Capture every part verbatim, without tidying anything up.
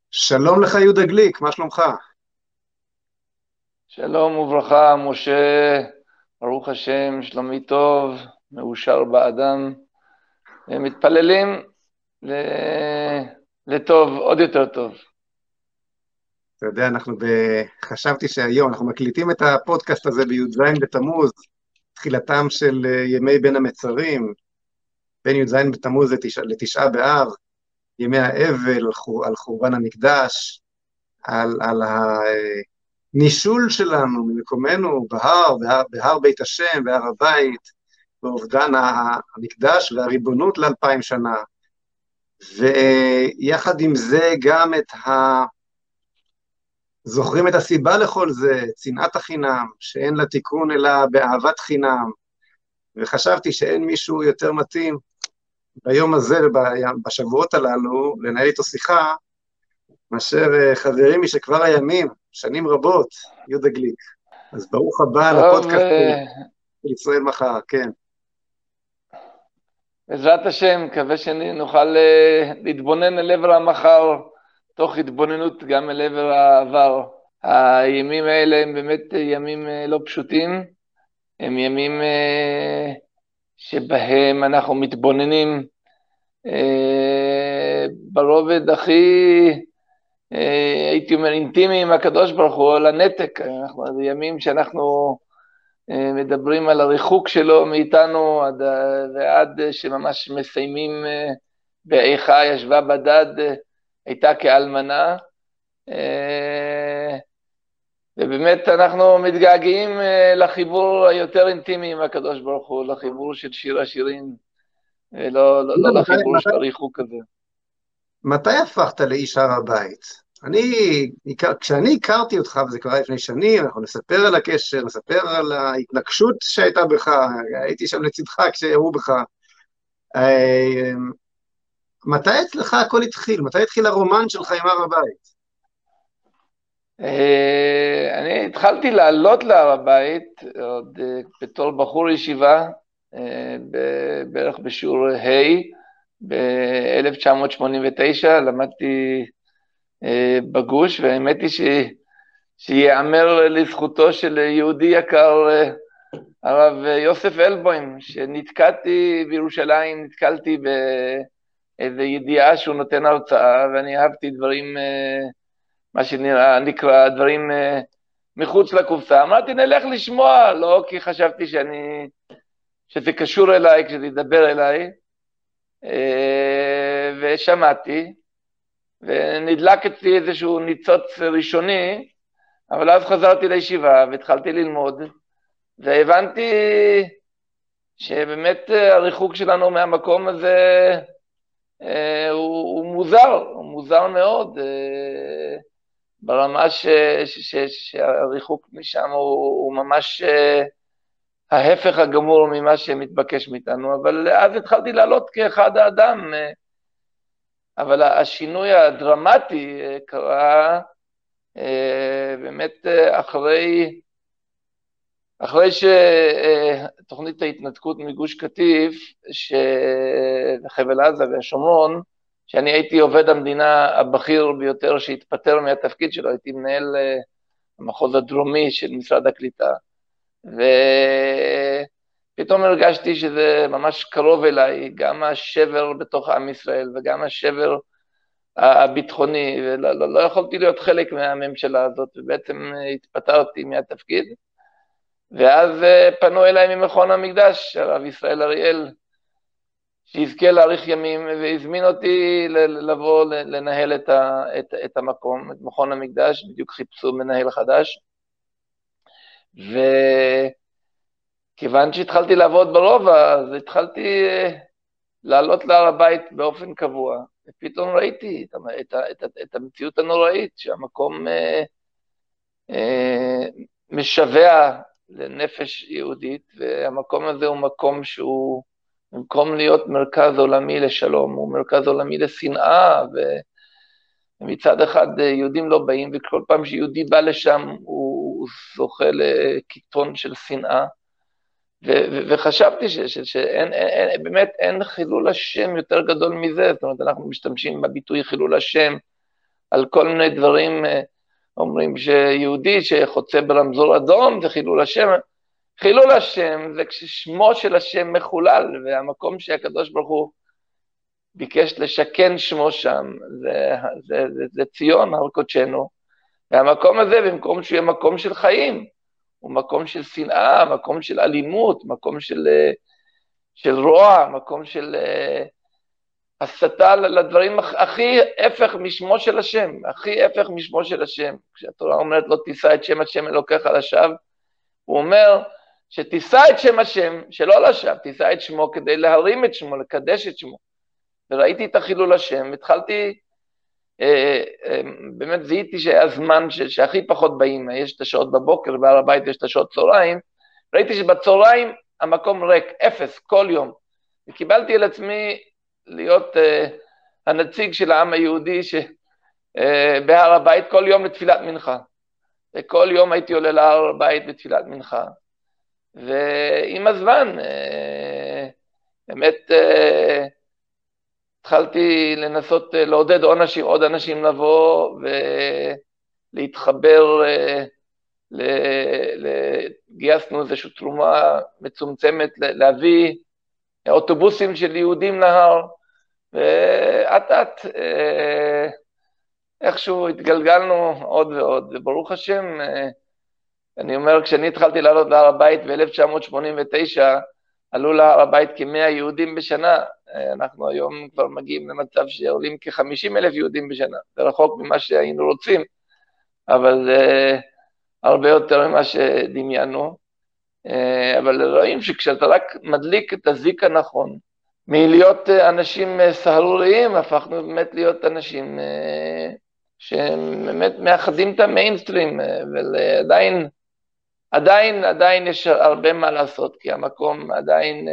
שלום לך יהודה גליק, מה שלומך? שלום וברכה, משה, ברוך השם, שלומי טוב, מאושר באדם, מתפללים ל... לטוב, עוד יותר טוב. אתה יודע, אנחנו ב... חשבתי שהיום, אנחנו מקליטים את הפודקאסט הזה בי"ז בתמוז, תחילתם של אה, ימי בין המצרים, בין י"ז בתמוז לתשע, לתשעה באב, ימי האבל על, חור... על חורבן המקדש, על, על הנישול שלנו ממקומנו בהר, בהר, בהר בית השם, בהר הבית, באובדן המקדש והריבונות לאלפיים שנה, ויחד עם זה גם את ה... זוכרים את הסיבה לכל זה, צנעת החינם, שאין לה תיקון אלא באהבת חינם, וחשבתי שאין מישהו יותר מתאים ביום הזה ובשבועות הללו לנהל איתו שיחה, מאשר אה, חברי משכבר הימים, שנים רבות, יהודה גליק. אז ברוך הבא טוב, לפודקאסט אה, של ישראל מחר, כן. בעזרת השם, מקווה שנוכל אה, להתבונן אל עבר המחר, תוך התבוננות גם אל עבר העבר. הימים האלה הם באמת ימים אה, לא פשוטים, הם ימים אה, שבהם אנחנו מתבוננים אה, ברובד הכי, אה, הייתי אומר, אינטימי עם הקדוש ברוך הוא, על הנתק. אנחנו, זה ימים שאנחנו אה, מדברים על הריחוק שלו מאיתנו, עד, ועד שממש מסיימים אה, באיכה ישבה בדד, אה, הייתה כאלמנה, אה, ובאמת אנחנו מתגעגעים אה, לחיבור היותר אינטימי עם הקדוש ברוך הוא, לחיבור של שיר השירים, ולא לא, יהודה, לא מתי, לחיבור מתי, של הריחוק הזה. מתי הפכת לאיש הר הבית? אני, הכר- כשאני הכרתי אותך, וזה קרה לפני שנים, אנחנו נספר על הקשר, נספר על ההתנגשות שהייתה בך, הייתי שם לצדך כשירו בך. אה, מתי אצלך הכל התחיל? מתי התחיל הרומן שלך עם הר הבית? אה, אני התחלתי לעלות להר הבית עוד אה, בתור בחור ישיבה, אה, ב- בערך בשיעור ה' ב-אלף תשע מאות שמונים ותשע, למדתי אה, בגוש, והאמת היא ש... שיאמר לזכותו של יהודי יקר, אה, הרב יוסף אלבוים, שנתקעתי בירושלים, נתקלתי באיזו ידיעה שהוא נותן הרצאה, ואני אהבתי דברים, אה, מה שנראה, נקרא, דברים אה, מחוץ לקופסה. אמרתי, נלך לשמוע, לא כי חשבתי שאני, שזה קשור אליי, כשזה ידבר אליי, אה, ושמעתי, ונדלק אצלי איזשהו ניצוץ ראשוני, אבל אז חזרתי לישיבה והתחלתי ללמוד, והבנתי שבאמת אה, הריחוק שלנו מהמקום הזה אה, הוא, הוא מוזר, הוא מוזר מאוד, אה, ברמה ש, ש, ש, שהריחוק משם הוא, הוא ממש אה, ההפך הגמור ממה שמתבקש מאיתנו, אבל אז התחלתי לעלות כאחד האדם, אה, אבל השינוי הדרמטי אה, קרה אה, באמת אה, אחרי אחרי שתוכנית ההתנתקות מגוש קטיף, חבל עזה והשומרון, שאני הייתי עובד המדינה הבכיר ביותר שהתפטר מהתפקיד שלו, הייתי מנהל אה, המחוז הדרומי של משרד הקליטה, ופתאום הרגשתי שזה ממש קרוב אליי, גם השבר בתוך עם ישראל וגם השבר הביטחוני, ולא לא, לא יכולתי להיות חלק מהממשלה הזאת, ובעצם התפטרתי מהתפקיד. ואז אה, פנו אליי ממכון המקדש, הרב ישראל אריאל, שיזכה להאריך ימים, והזמין אותי ל- לבוא לנהל את, ה, את, את המקום, את מכון המקדש, בדיוק חיפשו מנהל חדש, וכיוון שהתחלתי לעבוד ברובע, אז התחלתי אה, לעלות להר הבית באופן קבוע, ופתאום ראיתי את, את, את, את המציאות הנוראית, שהמקום אה, אה, משווע לנפש יהודית, והמקום הזה הוא מקום שהוא, במקום להיות מרכז עולמי לשלום, הוא מרכז עולמי לשנאה, ומצד אחד יהודים לא באים, וכל פעם שיהודי בא לשם הוא זוכה לקיתון של שנאה, ו- ו- וחשבתי ש- ש- שאין, אין, אין, באמת אין חילול השם יותר גדול מזה, זאת אומרת אנחנו משתמשים בביטוי חילול השם, על כל מיני דברים, אומרים שיהודי שחוצה ברמזור אדום זה חילול השם, חילול השם זה כששמו של השם מחולל, והמקום שהקדוש ברוך הוא ביקש לשכן שמו שם, זה, זה, זה, זה ציון, הר קודשנו, והמקום הזה במקום שהוא יהיה מקום של חיים, הוא מקום של שנאה, מקום של אלימות, מקום של, של רוע, מקום של הסתה לדברים הכי הפך משמו של השם, הכי הפך משמו של השם. כשהתורה אומרת לא תישא את שם השם אלוקיך לשווא, הוא אומר שתישא את שם השם שלא לשווא, תישא את שמו כדי להרים את שמו, לקדש את שמו. וראיתי את החילול השם, התחלתי, אה, אה, באמת זיהיתי שהיה זמן ש, שהכי פחות באים, יש את השעות בבוקר, בהר הבית יש את השעות צהריים, ראיתי שבצהריים המקום ריק, אפס, כל יום. וקיבלתי על עצמי להיות אה, הנציג של העם היהודי שבהר אה, הבית כל יום לתפילת מנחה. וכל יום הייתי עולה להר הבית בתפילת מנחה. ועם הזמן, אה, באמת, אה, התחלתי לנסות לעודד עוד אנשים, עוד אנשים לבוא ולהתחבר, גייסנו איזושהי תרומה מצומצמת להביא אוטובוסים של יהודים להר, ועט עט איכשהו התגלגלנו עוד ועוד, וברוך השם, אני אומר, כשאני התחלתי לעלות להר הבית ב-אלף תשע מאות שמונים ותשע, עלו להר הבית כמאה יהודים בשנה, אנחנו היום כבר מגיעים למצב שעולים כ-חמישים אלף יהודים בשנה, זה רחוק ממה שהיינו רוצים, אבל זה הרבה יותר ממה שדמיינו, אבל רואים שכשאתה רק מדליק את הזיק הנכון, מלהיות אנשים סהרוריים, הפכנו באמת להיות אנשים שהם באמת מאחדים את המיינסטרים, ועדיין, עדיין, עדיין יש הרבה מה לעשות, כי המקום עדיין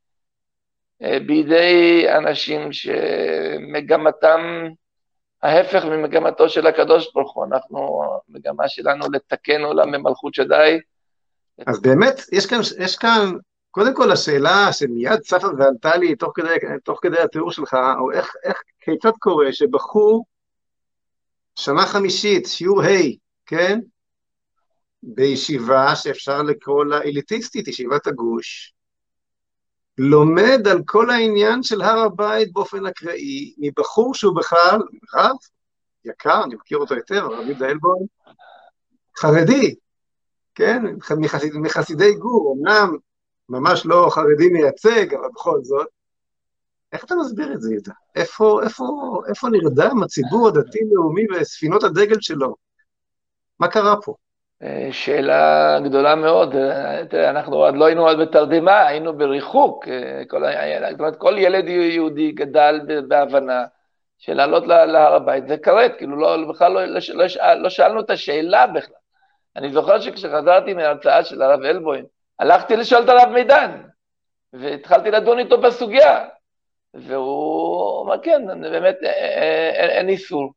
בידי אנשים שמגמתם ההפך ממגמתו של הקדוש ברוך הוא, אנחנו, מגמה שלנו לתקן עולם במלכות שדי. אז באמת, יש כאן, יש כאן, קודם כל השאלה שמיד צפה ועלתה לי תוך כדי, תוך כדי התיאור שלך, או איך, איך, כיצד קורה שבחור שנה חמישית, שיעור ה', כן? בישיבה שאפשר לקרוא לה אליטיסטית, ישיבת הגוש, לומד על כל העניין של הר הבית באופן אקראי, מבחור שהוא בכלל, רב, יקר, אני מכיר אותו היטב, רבי דאלבוים, חרדי, כן? מחסיד, מחסידי גור, אמנם ממש לא חרדי מייצג, אבל בכל זאת, איך אתה מסביר את זה, ידע? איפה, איפה, איפה נרדם הציבור הדתי-לאומי וספינות הדגל שלו? מה קרה פה? שאלה גדולה מאוד, אנחנו עוד לא היינו עוד בתרדמה, היינו בריחוק, כל, זאת אומרת, כל ילד יהודי גדל בהבנה של לעלות להר הבית, זה קראת, כאילו לא, בכלל לא, לא, לא, לא שאלנו את השאלה בכלל. אני זוכר שכשחזרתי מההרצאה של הרב אלבוים, הלכתי לשאול את הרב מידן, והתחלתי לדון איתו בסוגיה, והוא אומר, כן, באמת אין, אין איסור.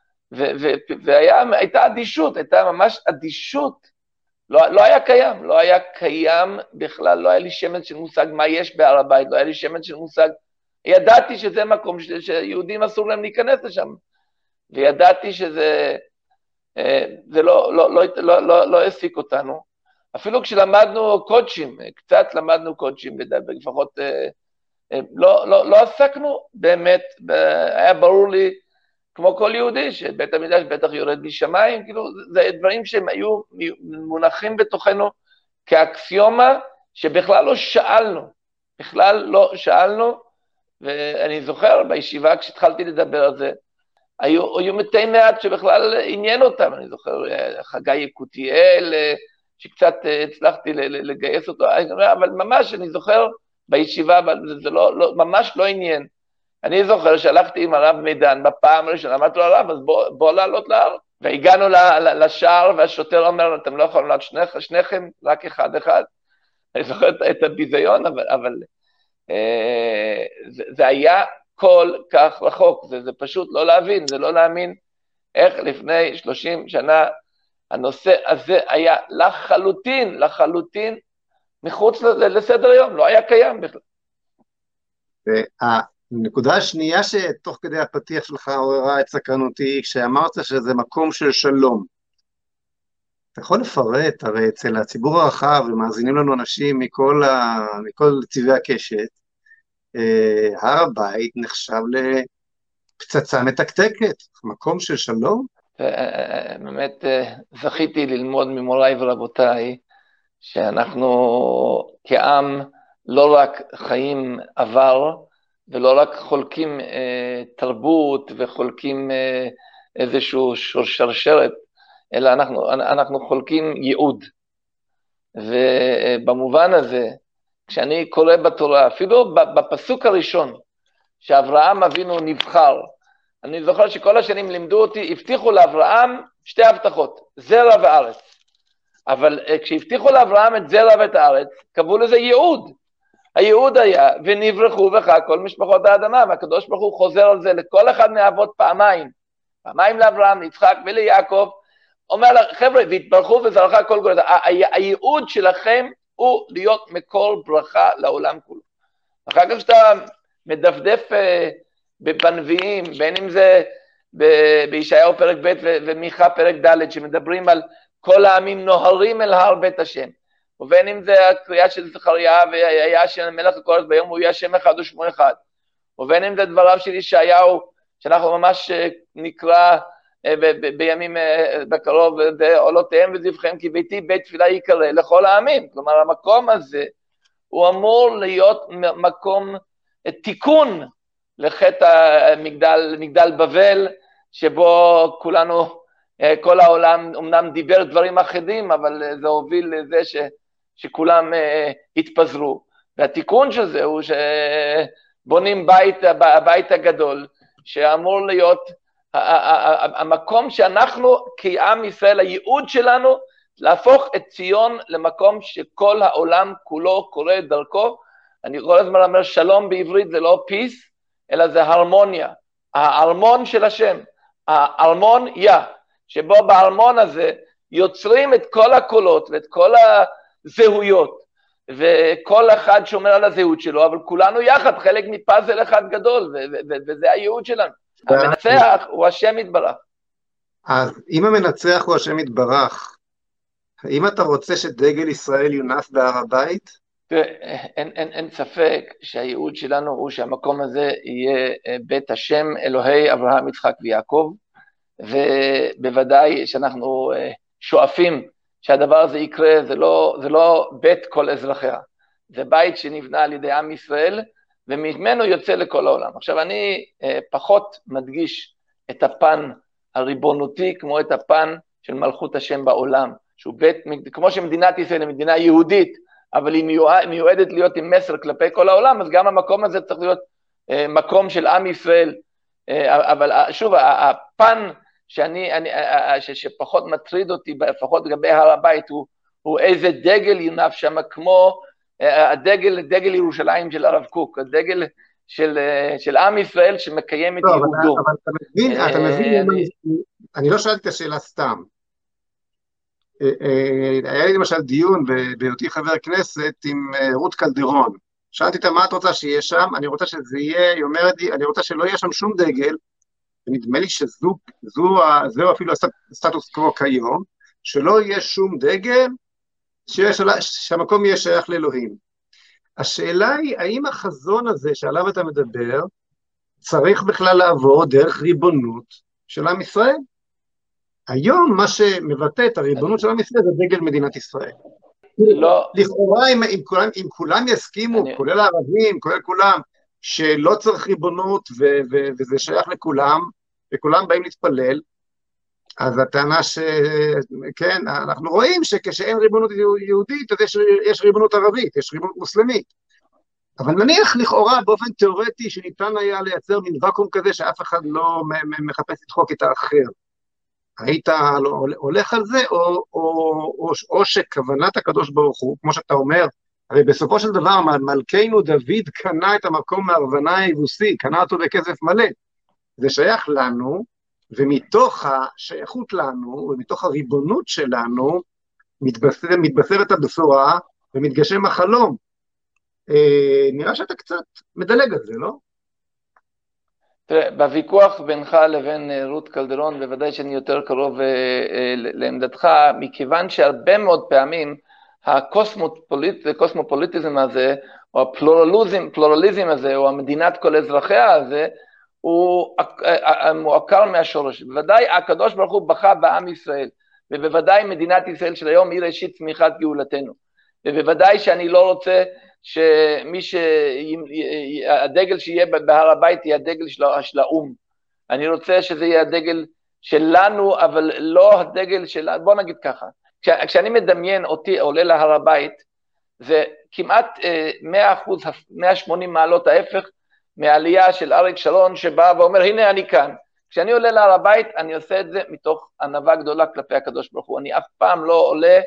והייתה אדישות, הייתה ממש אדישות, לא, לא היה קיים, לא היה קיים בכלל, לא היה לי שמץ של מושג מה יש בהר הבית, לא היה לי שמץ של מושג, ידעתי שזה מקום שיהודים אסור להם להיכנס לשם, וידעתי שזה זה לא, לא, לא, לא, לא, לא העסיק אותנו, אפילו כשלמדנו קודשים, קצת למדנו קודשים, לפחות לא, לא, לא עסקנו באמת, היה ברור לי, כמו כל יהודי, שבית המקדש בטח יורד משמיים, כאילו, זה דברים שהם היו מונחים בתוכנו כאקסיומה, שבכלל לא שאלנו, בכלל לא שאלנו, ואני זוכר בישיבה כשהתחלתי לדבר על זה, היו, היו מתי מעט שבכלל עניין אותם, אני זוכר חגי יקותיאל, שקצת הצלחתי לגייס אותו, אבל ממש אני זוכר בישיבה, זה, זה לא, לא, ממש לא עניין, אני זוכר שהלכתי עם הרב מידן בפעם הראשונה, אמרתי לו הרב, אז בוא, בוא לעלות להר, והגענו לשער, והשוטר אומר, אתם לא יכולים לעלות שניכם, שניכם, רק אחד אחד, אני זוכר את הביזיון, אבל, אבל אה, זה, זה היה כל כך רחוק, זה, זה פשוט לא להבין, זה לא להאמין, איך לפני שלושים שנה, הנושא הזה היה לחלוטין, לחלוטין, מחוץ לסדר יום, לא היה קיים בכלל. הנקודה השנייה שתוך כדי הפתיח שלך עוררה את סקרנותי, כשאמרת שזה מקום של שלום. אתה יכול לפרט, הרי אצל הציבור הרחב, ומאזינים לנו אנשים מכל, ה... מכל צבעי הקשת, אה, הר הבית נחשב לפצצה מתקתקת, מקום של שלום? באמת זכיתי ללמוד ממוריי ורבותיי, שאנחנו כעם לא רק חיים עבר, ולא רק חולקים אה, תרבות וחולקים אה, איזשהו שרשרת, אלא אנחנו, אנחנו חולקים ייעוד. ובמובן הזה, כשאני קורא בתורה, אפילו בפסוק הראשון, שאברהם אבינו נבחר, אני זוכר שכל השנים לימדו אותי, הבטיחו לאברהם שתי הבטחות, זרע וארץ. אבל כשהבטיחו לאברהם את זרע ואת הארץ, קבעו לזה ייעוד. הייעוד היה, ונברחו בך כל משפחות האדמה, והקדוש ברוך הוא חוזר על זה לכל אחד מהאבות פעמיים, פעמיים לאברהם, ליצחק וליעקב, אומר לה, חבר'ה, והתברכו וזרחה כל גולת, הייעוד שלכם הוא להיות מקור ברכה לעולם כולו. אחר כך שאתה מדפדף בנביאים, בין אם זה בישעיהו פרק ב' ומיכה פרק ד', שמדברים על כל העמים נוהרים אל הר בית השם, ובין אם זה הקריאה של זכריה, והיה השם מלך הקורס ביום, הוא יהיה השם אחד ושמו אחד, ובין אם זה דבריו של ישעיהו, שאנחנו ממש נקרא ב- ב- בימים בקרוב, עולותיהם וזבחיהם, כי ביתי בית תפילה יקרא לכל העמים. כלומר, המקום הזה, הוא אמור להיות מקום תיקון לחטא מגדל, מגדל בבל, שבו כולנו, כל העולם אמנם דיבר דברים אחדים, אבל זה הוביל לזה ש, שכולם התפזרו. והתיקון של זה הוא שבונים בית, הבית הגדול, שאמור להיות המקום שאנחנו כעם ישראל, הייעוד שלנו, להפוך את ציון למקום שכל העולם כולו קורא דרכו. אני כל הזמן אומר שלום בעברית זה לא פיס, אלא זה הרמוניה, הארמון של השם, ההרמוניה, שבו בהרמון הזה יוצרים את כל הקולות ואת כל הזהויות, וכל אחד שומר על הזהות שלו, אבל כולנו יחד חלק מפאזל אחד גדול, וזה הייעוד שלנו. המנצח הוא השם יתברך. אז אם המנצח הוא השם יתברך, האם אתה רוצה שדגל ישראל יונף בהר הבית? אין, אין, אין ספק שהייעוד שלנו הוא שהמקום הזה יהיה בית השם אלוהי אברהם יצחק ויעקב, ובוודאי שאנחנו שואפים שהדבר הזה יקרה. זה לא, זה לא בית כל אזרחיה, זה בית שנבנה על ידי עם ישראל, וממנו יוצא לכל העולם. עכשיו אני פחות מדגיש את הפן הריבונותי כמו את הפן של מלכות השם בעולם, שהוא בית, כמו שמדינת ישראל היא מדינה יהודית, אבל היא מיועדת להיות עם מסר כלפי כל העולם, אז גם המקום הזה צריך להיות מקום של עם ישראל. אבל שוב, הפן שאני, אני, שפחות מטריד אותי, לפחות לגבי הר הבית, הוא, הוא איזה דגל יונף שם, כמו הדגל, דגל ירושלים של הרב קוק, הדגל של, של עם ישראל שמקיים את לא, יהודו. אבל, אבל אתה מבין, אתה מבין, אני, אני לא שאלתי את השאלה סתם. היה לי למשל דיון בהיותי חבר כנסת עם רות קלדרון. שאלתי אותה מה את רוצה שיהיה שם, אני רוצה שזה יהיה, היא אומרת לי, אני רוצה שלא יהיה שם שום דגל, ונדמה לי שזו, זו, זו אפילו הסטטוס קוו כיום, שלא יהיה שום דגל, שיש, שהמקום יהיה שייך לאלוהים. השאלה היא, האם החזון הזה שעליו אתה מדבר, צריך בכלל לעבור דרך ריבונות של עם ישראל? היום מה שמבטא את הריבונות של עם ישראל זה דגל מדינת ישראל. לא. לכאורה אם, אם, כולם, אם כולם יסכימו, אני... כולל הערבים, כולל כולם, שלא צריך ריבונות ו, ו, וזה שייך לכולם, וכולם באים להתפלל, אז הטענה שכן, אנחנו רואים שכשאין ריבונות יהודית, אז יש, יש ריבונות ערבית, יש ריבונות מוסלמית. אבל נניח לכאורה באופן תיאורטי שניתן היה לייצר מין וקום כזה שאף אחד לא מחפש לדחוק את האחר. היית הולך על זה, או, או, או, או שכוונת הקדוש ברוך הוא, כמו שאתה אומר, הרי בסופו של דבר מלכנו דוד קנה את המקום מהרוונה היבוסי, קנה אותו בכסף מלא. זה שייך לנו, ומתוך השייכות לנו, ומתוך הריבונות שלנו, מתבשר, מתבשרת הבשורה, ומתגשם החלום. אה, נראה שאתה קצת מדלג על זה, לא? תראה, בוויכוח בינך לבין רות קלדרון, בוודאי שאני יותר קרוב לעמדתך, מכיוון שהרבה מאוד פעמים הקוסמופוליטיזם הזה, או הפלורליזם, פלורליזם הזה, או המדינת כל אזרחיה הזה, הוא מועקר מהשורש. בוודאי הקדוש ברוך הוא בחר בעם ישראל, ובוודאי מדינת ישראל של היום היא ראשית צמיחת גאולתנו, ובוודאי שאני לא רוצה שמי שהדגל שיהיה בהר הבית יהיה הדגל של האום. אני רוצה שזה יהיה הדגל שלנו, אבל לא הדגל של, בוא נגיד ככה, כשאני מדמיין אותי עולה להר הבית, זה כמעט מאה אחוז, מאה ושמונים מעלות ההפך מהעלייה של אריק שרון שבא ואומר, הנה אני כאן. כשאני עולה להר הבית, אני עושה את זה מתוך ענווה גדולה כלפי הקדוש ברוך הוא. אני אף פעם לא עולה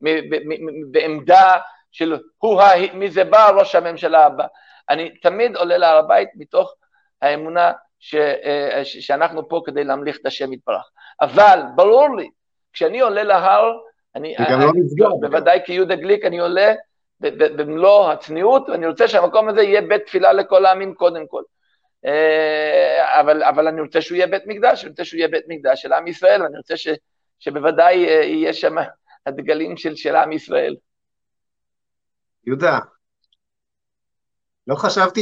בעמדה של הוא, מי זה בא, ראש הממשלה הבא. אני תמיד עולה להר הבית מתוך האמונה ש, שאנחנו פה כדי להמליך את השם יתברך. אבל ברור לי, כשאני עולה להר, אני, אני לא נסגר, בוודאי כיהודה גליק, אני עולה במלוא הצניעות, ואני רוצה שהמקום הזה יהיה בית תפילה לכל העמים קודם כל. אבל, אבל אני רוצה שהוא יהיה בית מקדש, אני רוצה שהוא יהיה בית מקדש של עם ישראל, ואני רוצה ש, שבוודאי יהיה שם הדגלים של, של עם ישראל. יהודה, לא חשבתי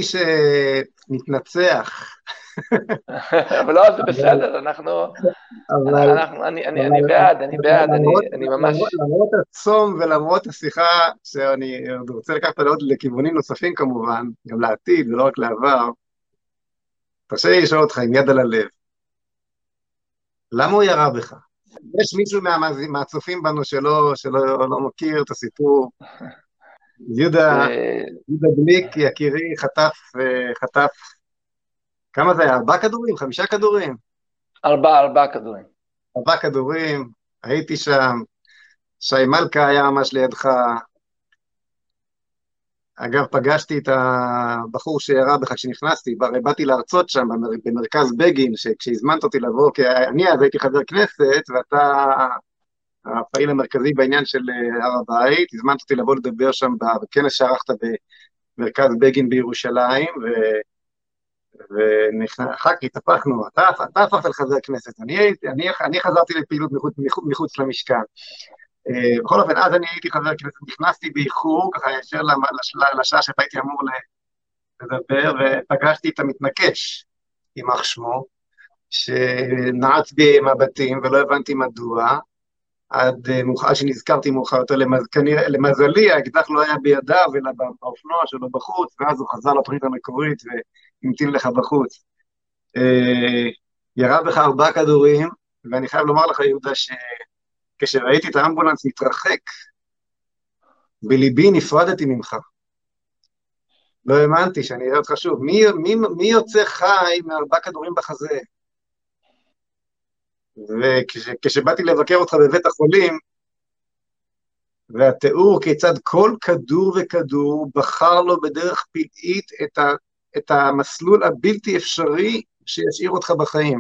שנתנצח. אבל לא, זה בסדר, אנחנו, אנחנו, אני, אני, אני בעד, אני בעד, אני, אני ממש... למרות הצום ולמרות השיחה, שאני רוצה לקחת לעוד לכיוונים נוספים כמובן, גם לעתיד ולא רק לעבר, תרשה לי לשאול אותך עם יד על הלב, למה הוא ירה בך? יש מישהו מהצופים בנו שלא, שלא לא מכיר את הסיפור, יהודה, יהודה גליק, יקירי, חטף, חטף, כמה זה היה? ארבעה כדורים? חמישה כדורים? ארבעה, ארבעה כדורים. ארבעה כדורים, הייתי שם, שי מלכה היה ממש לידך, אגב, פגשתי את הבחור שירה בך כשנכנסתי, הרי באתי להרצות שם במרכז בגין, כשהזמנת אותי לבוא, כי אני אז הייתי חבר כנסת, ואתה הפעיל המרכזי בעניין של הר הבית, הזמנת אותי לבוא לדבר שם בכנס שערכת במרכז בגין בירושלים, ואחר כך התהפכנו, אתה, אתה הפכת לחבר כנסת, אני, אני, אני חזרתי לפעילות מחוץ, מחוץ למשכן. בכל אופן, אז אני הייתי חבר כנסת, נכנסתי באיחור, ככה ישר לשעה שאתה הייתי אמור לדבר, ופגשתי את המתנקש, יימח שמו, שנעץ בי מבטים, ולא הבנתי מדוע, עד מאוחר שנזכרתי מאוחר יותר, למז... כנראה, למזלי, האקדח לא היה בידיו, אלא באופנוע שלו בחוץ, ואז הוא חזר לתוכנית המקורית, והמתין לך בחוץ. ירה בך ארבעה כדורים, ואני חייב לומר לך, יהודה, שכשראיתי את האמבולנס מתרחק, בליבי נפרדתי ממך. לא האמנתי שאני אראה אותך שוב. מי, מי, מי יוצא חי מארבעה כדורים בחזה? וכשבאתי לבקר אותך בבית החולים, והתיאור כיצד כל כדור וכדור בחר לו בדרך פלאית את, ה, את המסלול הבלתי אפשרי שישאיר אותך בחיים.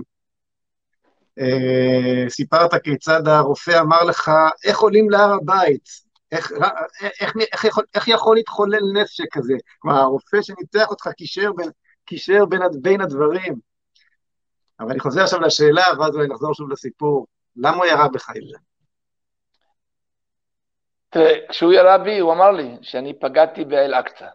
סיפרת כיצד הרופא אמר לך, איך עולים להר הבית? איך, איך, איך, יכול, איך יכול להתחולל נס שכזה? כלומר, הרופא שניתח אותך קישר בין, קישר בין, בין הדברים. אבל אני חוזר עכשיו לשאלה, ואז אולי נחזור שוב לסיפור. למה הוא ירה בך את זה? תראה, כשהוא ירה בי, הוא אמר לי שאני פגעתי באל-אקצא.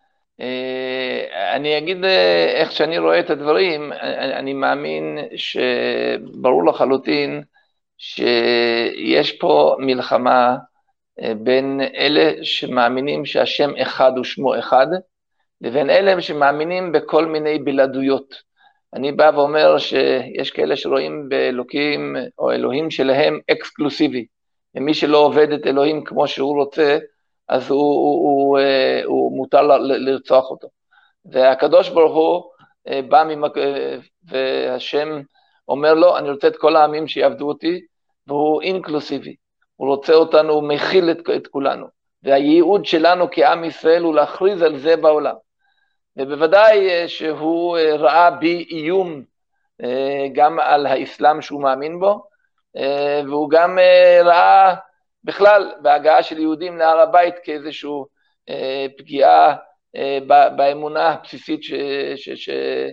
אני אגיד איך שאני רואה את הדברים, אני מאמין שברור לחלוטין שיש פה מלחמה בין אלה שמאמינים שהשם אחד ושמו אחד, לבין אלה שמאמינים בכל מיני בלעדויות. אני בא ואומר שיש כאלה שרואים באלוקים או אלוהים שלהם אקסקלוסיבי, ומי שלא עובד את אלוהים כמו שהוא רוצה, אז הוא, הוא, הוא, הוא מותר לרצוח אותו. והקדוש ברוך הוא בא ממק... והשם אומר לו, אני רוצה את כל העמים שיעבדו אותי, והוא אינקלוסיבי. הוא רוצה אותנו, הוא מכיל את, את כולנו. והייעוד שלנו כעם ישראל הוא להכריז על זה בעולם. ובוודאי שהוא ראה בי איום גם על האסלאם שהוא מאמין בו, והוא גם ראה בכלל בהגעה של יהודים להר הבית כאיזושהי פגיעה באמונה הבסיסית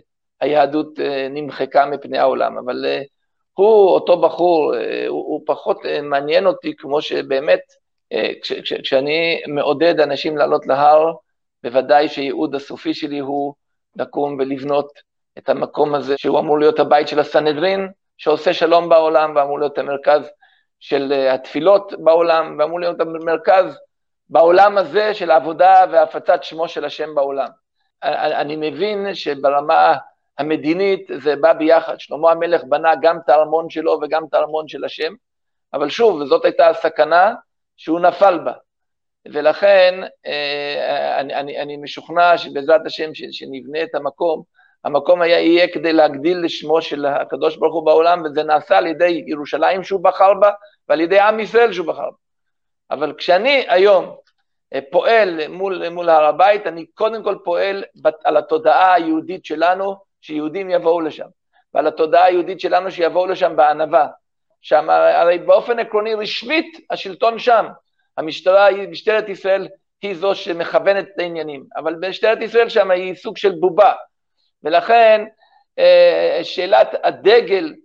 היהדות נמחקה מפני העולם, אבל הוא, אותו בחור, הוא, הוא פחות מעניין אותי, כמו שבאמת, כש, כש, כשאני מעודד אנשים לעלות להר, בוודאי שייעוד הסופי שלי הוא לקום ולבנות את המקום הזה, שהוא אמור להיות הבית של הסנהדרין, שעושה שלום בעולם, ואמור להיות המרכז של התפילות בעולם, ואמור להיות המרכז בעולם הזה של העבודה והפצת שמו של השם בעולם. אני מבין שברמה המדינית זה בא ביחד, שלמה המלך בנה גם את הארמון שלו וגם את הארמון של השם, אבל שוב, זאת הייתה הסכנה שהוא נפל בה, ולכן אני, אני, אני משוכנע שבעזרת השם שנבנה את המקום, המקום היה יהיה כדי להגדיל לשמו של הקדוש ברוך הוא בעולם, וזה נעשה על ידי ירושלים שהוא בחר בה, ועל ידי עם ישראל שהוא בחר בה. אבל כשאני היום פועל מול, מול הר הבית, אני קודם כל פועל על התודעה היהודית שלנו, שיהודים יבואו לשם, ועל התודעה היהודית שלנו שיבואו לשם בענווה, שם, הרי באופן עקרוני רשמית השלטון שם, המשטרה, משטרת ישראל היא זו שמכוונת את העניינים, אבל משטרת ישראל שם היא סוג של בובה, ולכן שאלת הדגל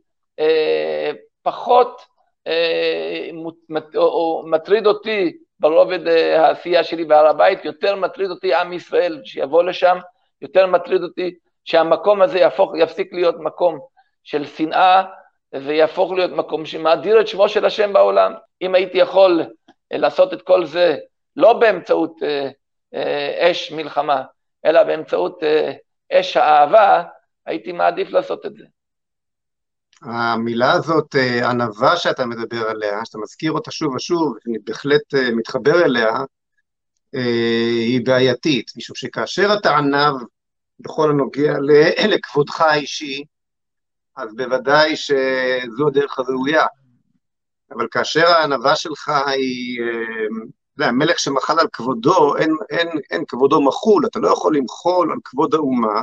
פחות מטריד אותי ברובד העשייה שלי בהר הבית, יותר מטריד אותי עם ישראל שיבוא לשם, יותר מטריד אותי שהמקום הזה יהפוך, יפסיק להיות מקום של שנאה, ויהפוך להיות מקום שמאדיר את שמו של השם בעולם. אם הייתי יכול לעשות את כל זה, לא באמצעות אש מלחמה, אלא באמצעות אש האהבה, הייתי מעדיף לעשות את זה. המילה הזאת, ענווה שאתה מדבר עליה, שאתה מזכיר אותה שוב ושוב, אני בהחלט מתחבר אליה, היא בעייתית, משום שכאשר אתה ענב בכל הנוגע לכבודך האישי, אז בוודאי שזו הדרך הראויה. אבל כאשר הענווה שלך היא, זה המלך שמחל על כבודו, אין, אין, אין כבודו מחול, אתה לא יכול למחול על כבוד האומה,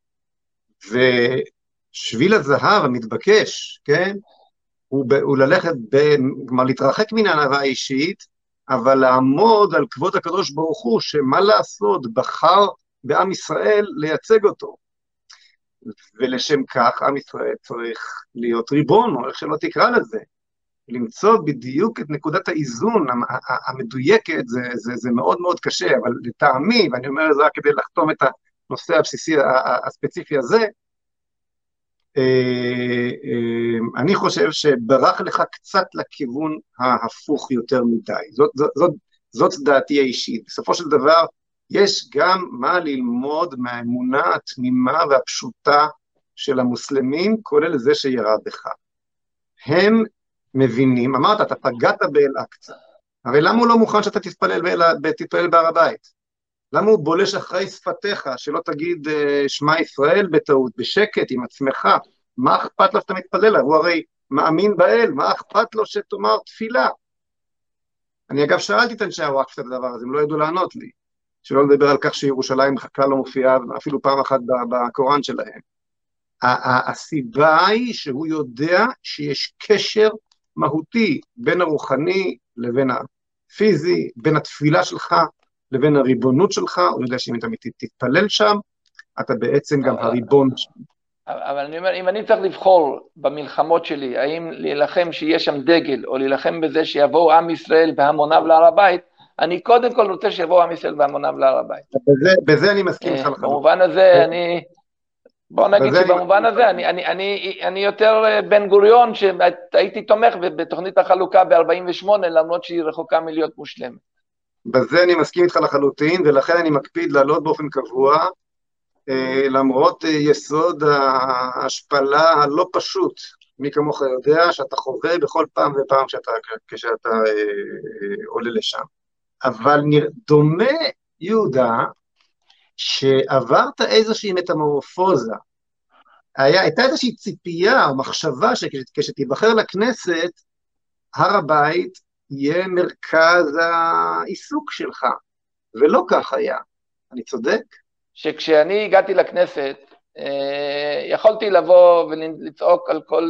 ושביל הזהב המתבקש, כן, הוא, הוא ללכת, כלומר להתרחק מן הענווה האישית, אבל לעמוד על כבוד הקדוש ברוך הוא, שמה לעשות, בחר בעם ישראל לייצג אותו. ולשם כך עם ישראל צריך להיות ריבון, או איך שלא תקרא לזה, למצוא בדיוק את נקודת האיזון המדויקת, זה, זה, זה מאוד מאוד קשה, אבל לטעמי, ואני אומר את זה רק כדי לחתום את הנושא הבסיסי הספציפי הזה, אני חושב שברח לך קצת לכיוון ההפוך יותר מדי, זאת, זאת, זאת, זאת דעתי האישית. בסופו של דבר, יש גם מה ללמוד מהאמונה התמימה והפשוטה של המוסלמים, כולל זה שירה בך. הם מבינים, אמרת, אתה פגעת באל-אקצא, הרי למה הוא לא מוכן שאתה תתפלל, תתפלל בהר הבית? למה הוא בולש אחרי שפתיך, שלא תגיד שמע ישראל בטעות, בשקט עם עצמך? מה אכפת לו שאתה מתפלל? הוא הרי מאמין באל, מה אכפת לו שתאמר תפילה? אני אגב שאלתי את אנשי הוואקף את הדבר הזה, הם לא ידעו לענות לי. שלא לדבר על כך שירושלים כלל לא מופיעה אפילו פעם אחת בקוראן שלהם. הסיבה היא שהוא יודע שיש קשר מהותי בין הרוחני לבין הפיזי, בין התפילה שלך לבין הריבונות שלך, הוא יודע שאם אתה תתפלל שם, אתה בעצם גם הריבון. אבל אני אומר, אם אני צריך לבחור במלחמות שלי, האם להילחם שיש שם דגל, או להילחם בזה שיבואו עם ישראל בהמוניו להר הבית, אני קודם כל רוצה שיבואו עם ישראל בהמוניו להר הבית. בזה, בזה אני מסכים לך לחלוטין. במובן הזה אני, בוא נגיד שבמובן הזה, אני, אני, אני, אני יותר בן גוריון, שהייתי תומך בתוכנית החלוקה ב-ארבעים ושמונה, למרות שהיא רחוקה מלהיות מושלמת. בזה אני מסכים איתך לחלוטין, ולכן אני מקפיד לעלות באופן קבוע, למרות יסוד ההשפלה הלא פשוט, מי כמוך יודע שאתה חווה בכל פעם ופעם כשאתה, כשאתה עולה לשם. אבל דומה, יהודה, שעברת איזושהי מטמורפוזה, היה, הייתה איזושהי ציפייה או מחשבה שכשתיבחר לכנסת, הר הבית יהיה מרכז העיסוק שלך, ולא כך היה. אני צודק? שכשאני הגעתי לכנסת, יכולתי לבוא ולצעוק על כל,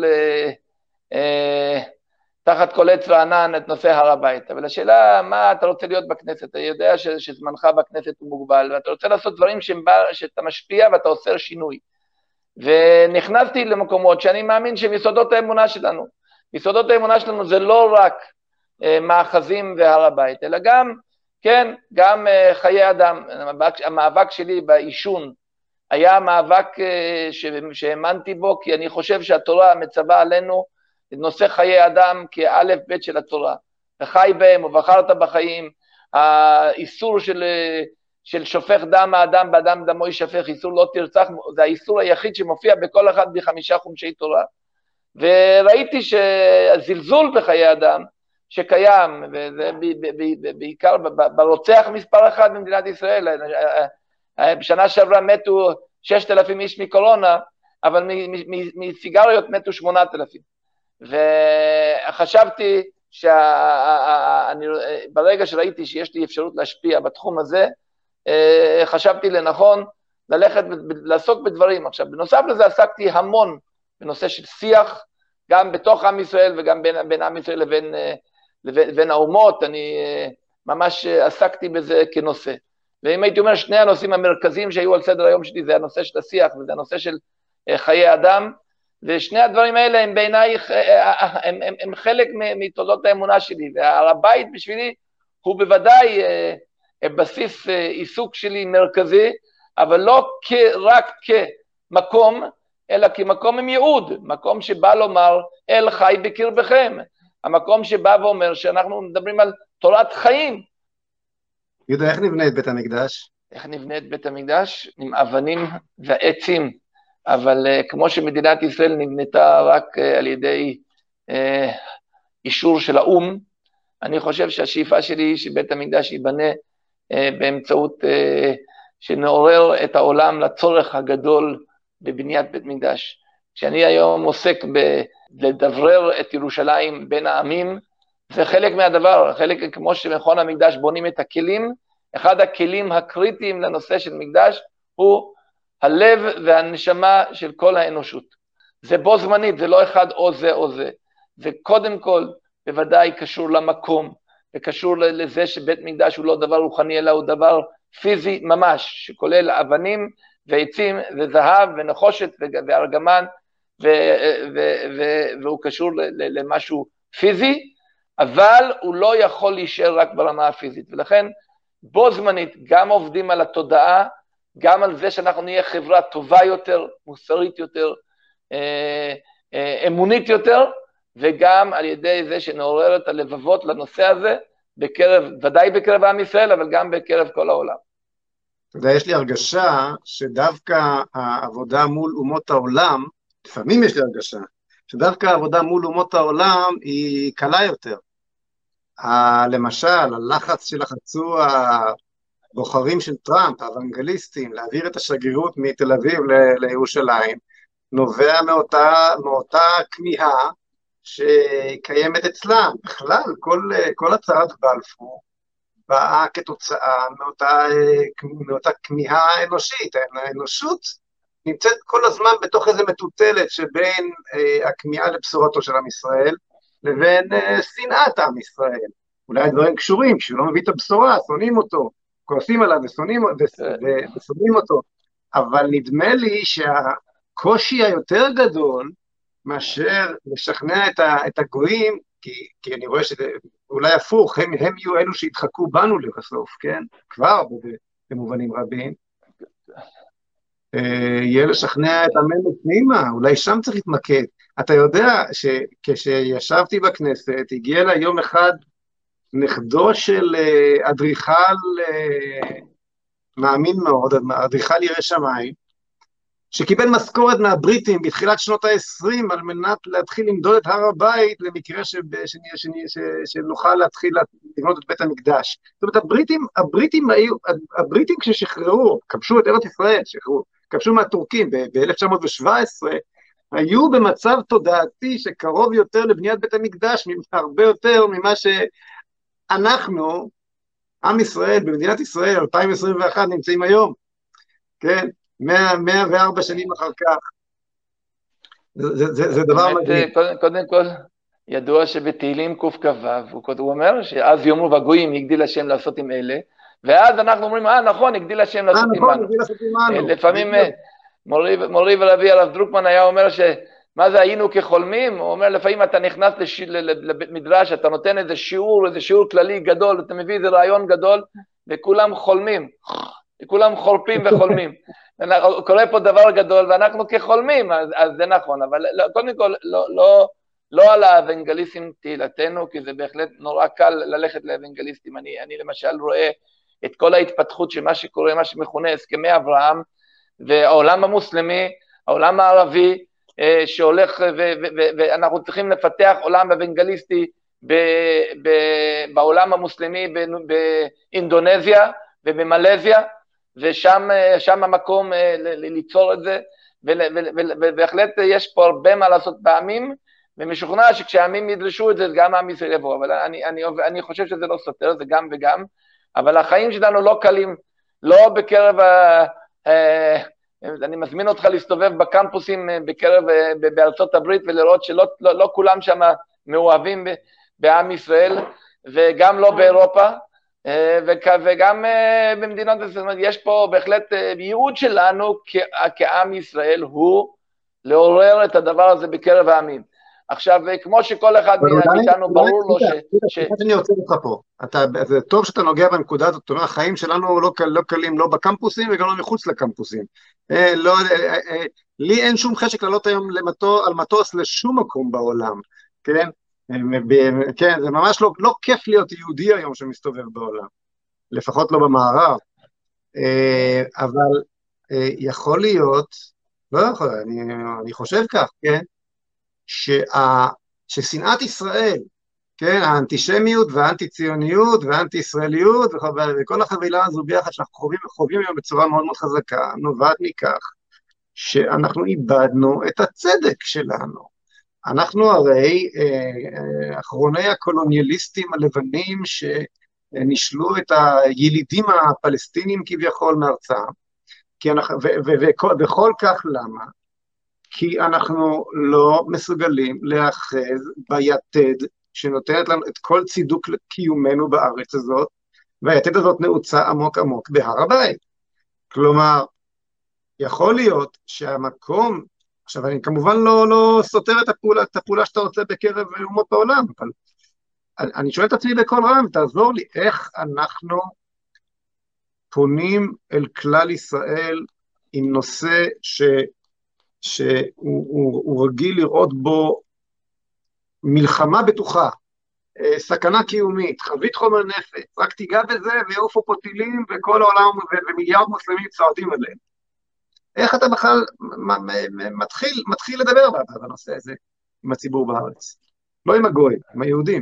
תחת כל עץ וענן את נושא הר הבית, אבל השאלה, מה אתה רוצה להיות בכנסת? אתה יודע שזמנך בכנסת הוא מוגבל, ואתה רוצה לעשות דברים שאתה משפיע ואתה עושה שינוי. ונכנסתי למקומות שאני מאמין שהם יסודות האמונה שלנו. יסודות האמונה שלנו זה לא רק מאחזים והר הבית, אלא גם, כן, גם חיי אדם. המאבק, המאבק שלי בעישון היה מאבק שהאמנתי בו, כי אני חושב שהתורה מצווה עלינו את נושא חיי אדם כאלף בית של התורה. וחי בהם ובחרת בחיים, האיסור של, של שופך דם האדם, באדם דמו יישפך, איסור לא תרצח, זה האיסור היחיד שמופיע בכל אחד בחמישה חומשי תורה. וראיתי שהזלזול בחיי אדם שקיים, וזה בעיקר ברוצח מספר אחד במדינת ישראל, בשנה שעברה מתו ששת אלפים איש מקורונה, אבל מסיגריות מתו שמונת אלפים. וחשבתי שברגע שראיתי שיש לי אפשרות להשפיע בתחום הזה, חשבתי לנכון ללכת ולעסוק בדברים. עכשיו, בנוסף לזה עסקתי המון בנושא של שיח, גם בתוך עם ישראל וגם בין, בין עם ישראל לבין, לבין האומות. אני ממש עסקתי בזה כנושא. ואם הייתי אומר, שני הנושאים המרכזיים שהיו על סדר היום שלי, זה הנושא של השיח וזה הנושא של חיי אדם, ושני הדברים האלה הם בעיניי, הם, הם, הם חלק מתולדות האמונה שלי, והר הבית בשבילי הוא בוודאי בסיס עיסוק שלי מרכזי, אבל לא רק כמקום, אלא כמקום עם ייעוד, מקום שבא לומר, אל חי בקרבכם, המקום שבא ואומר שאנחנו מדברים על תורת חיים. יהודה, איך נבנה את בית המקדש? איך נבנה את בית המקדש? עם אבנים ועצים, אבל uh, כמו שמדינת ישראל נבנתה רק uh, על ידי uh, אישור של האום, אני חושב שהשאיפה שלי היא שבית המקדש ייבנה uh, באמצעות uh, שנעורר את העולם לצורך הגדול בבניית בית מקדש. כשאני היום עוסק בלדברר את ירושלים בין העמים, זה חלק מהדבר, חלק כמו שמכון המקדש בונים את הכלים, אחד הכלים הקריטיים לנושא של מקדש הוא הלב והנשמה של כל האנושות. זה בו זמנית, זה לא אחד או זה או זה. זה קודם כל בוודאי קשור למקום, וקשור לזה שבית מקדש הוא לא דבר רוחני, אלא הוא דבר פיזי ממש, שכולל אבנים ועצים וזהב ונחושת וארגמן, והוא קשור למשהו פיזי, אבל הוא לא יכול להישאר רק ברמה הפיזית. ולכן בו זמנית גם עובדים על התודעה, גם על זה שאנחנו נהיה חברה טובה יותר, מוסרית יותר, אמונית יותר, וגם על ידי זה שנעורר את הלבבות לנושא הזה, בקרב, ודאי בקרב עם ישראל, אבל גם בקרב כל העולם. אתה יודע, יש לי הרגשה שדווקא העבודה מול אומות העולם, לפעמים יש לי הרגשה, שדווקא העבודה מול אומות העולם היא קלה יותר. למשל, הלחץ שלחצו הבוחרים של טראמפ, האוונגליסטים, להעביר את השגרירות מתל אביב לירושלים, נובע מאותה, מאותה כמיהה שקיימת אצלם. בכלל, כל, כל הצהרת בלפור באה כתוצאה מאותה, מאותה כמיהה אנושית. האנושות נמצאת כל הזמן בתוך איזה מטוטלת שבין אה, הכמיהה לבשורתו של עם ישראל, לבין אה, שנאת עם ישראל. אולי הדברים קשורים, כשהוא לא מביא את הבשורה, שונאים אותו, כועסים עליו ושונאים, ושונאים אותו. אבל נדמה לי שהקושי היותר גדול, מאשר לשכנע את, ה, את הגויים, כי, כי אני רואה שאולי הפוך, הם, הם יהיו אלו שהתחכו בנו לבסוף, כן? כבר במובנים רבים. יהיה לשכנע את עמנו פנימה, אולי שם צריך להתמקד. אתה יודע שכשישבתי בכנסת, הגיע לה יום אחד נכדו של אדריכל מאמין מאוד, אדריכל ירא שמיים, שקיבל משכורת מהבריטים בתחילת שנות ה-עשרים, על מנת להתחיל למדוד את הר הבית, למקרה שנוכל להתחיל לבנות את בית המקדש. זאת אומרת, הבריטים, הבריטים היו, הבריטים כששחררו, כבשו את ארץ ישראל, שחררו, כבשו מהטורקים ב-אלף תשע מאות שבע עשרה, היו במצב תודעתי שקרוב יותר לבניית בית המקדש, הרבה יותר ממה שאנחנו, עם ישראל, במדינת ישראל, אלפיים עשרים ואחת, נמצאים היום. כן? מאה וארבע שנים אחר כך. זה, זה, זה דבר מדהים. קודם, קודם כל, ידוע שבתהילים קוף כבב, הוא אומר שאז יאמרו והגויים הגדיל השם לעשות עם אלה, ואז אנחנו אומרים, אה נכון, הגדיל השם לעשות עמנו. לפעמים, מורי, מורי ורבי הרב דרוקמן היה אומר ש... מה זה היינו כחולמים? הוא אומר, לפעמים אתה נכנס לש... לבית מדרש, אתה נותן איזה שיעור, איזה שיעור כללי גדול, אתה מביא איזה רעיון גדול, וכולם חולמים, וכולם חורפים וחולמים. קורה פה דבר גדול, ואנחנו כחולמים, אז, אז זה נכון, אבל לא, קודם כל, לא, לא, לא על האבנגליסטים תהילתנו, כי זה בהחלט נורא קל ללכת לאבנגליסטים. אני, אני למשל רואה את כל ההתפתחות של מה שקורה, מה שמכונה הסכמי אברהם, והעולם המוסלמי, העולם הערבי, שהולך, ואנחנו צריכים לפתח עולם אבנגליסטי בעולם המוסלמי, באינדונזיה ובמלזיה, ושם המקום ליצור את זה, ובהחלט יש פה הרבה מה לעשות בעמים, ומשוכנע שכשהעמים ידרשו את זה, גם העם ישראל יבוא, אבל אני, אני, אני חושב שזה לא סותר, זה גם וגם, אבל החיים שלנו לא קלים, לא בקרב ה... אני מזמין אותך להסתובב בקמפוסים בקרב, בארצות הברית, ולראות שלא לא, לא כולם שם מאוהבים בעם ישראל, וגם לא באירופה, וגם במדינות, זאת אומרת, יש פה בהחלט ייעוד שלנו כעם ישראל, הוא לעורר את הדבר הזה בקרב העמים. עכשיו, כמו שכל אחד מאיתנו ברור לו ש... אני רוצה לך פה, זה טוב שאתה נוגע בנקודה הזאת, החיים שלנו לא קלים לא בקמפוסים וגם לא מחוץ לקמפוסים. לי אין שום חשק לעלות היום על מטוס לשום מקום בעולם, כן? כן, זה ממש לא כיף להיות יהודי היום שמסתובב בעולם, לפחות לא במערב, אבל יכול להיות, לא יכול, אני חושב כך, כן? ששנאת ישראל, כן, האנטישמיות והאנטי-ציוניות והאנטי-ישראליות וכל החבילה הזו ביחד שאנחנו חווים וחווים היום בצורה מאוד מאוד חזקה, נובעת מכך שאנחנו איבדנו את הצדק שלנו. אנחנו הרי אה, אחרוני הקולוניאליסטים הלבנים שנשלו את הילידים הפלסטינים כביכול מארצם, כי אנחנו, ו, ו, ו, וכל כך למה? כי אנחנו לא מסוגלים להאחז ביתד שנותנת לנו את כל צידוק קיומנו בארץ הזאת, והיתד הזאת נעוצה עמוק עמוק בהר הבית. כלומר, יכול להיות שהמקום, עכשיו אני כמובן לא, לא סותר את הפעולה, את הפעולה שאתה רוצה בקרב אומות העולם, אבל אני, אני שואל את עצמי בכל רם, תעזור לי, איך אנחנו פונים אל כלל ישראל עם נושא ש... שהוא הוא, הוא רגיל לראות בו מלחמה בטוחה, סכנה קיומית, חבית חומר נפץ, רק תיגע בזה ויעופו פה טילים וכל העולם ומיליארד מוסלמים צועדים עליהם. איך אתה בכלל מתחיל, מתחיל לדבר בנושא הזה עם הציבור בארץ? לא עם הגויים, עם היהודים.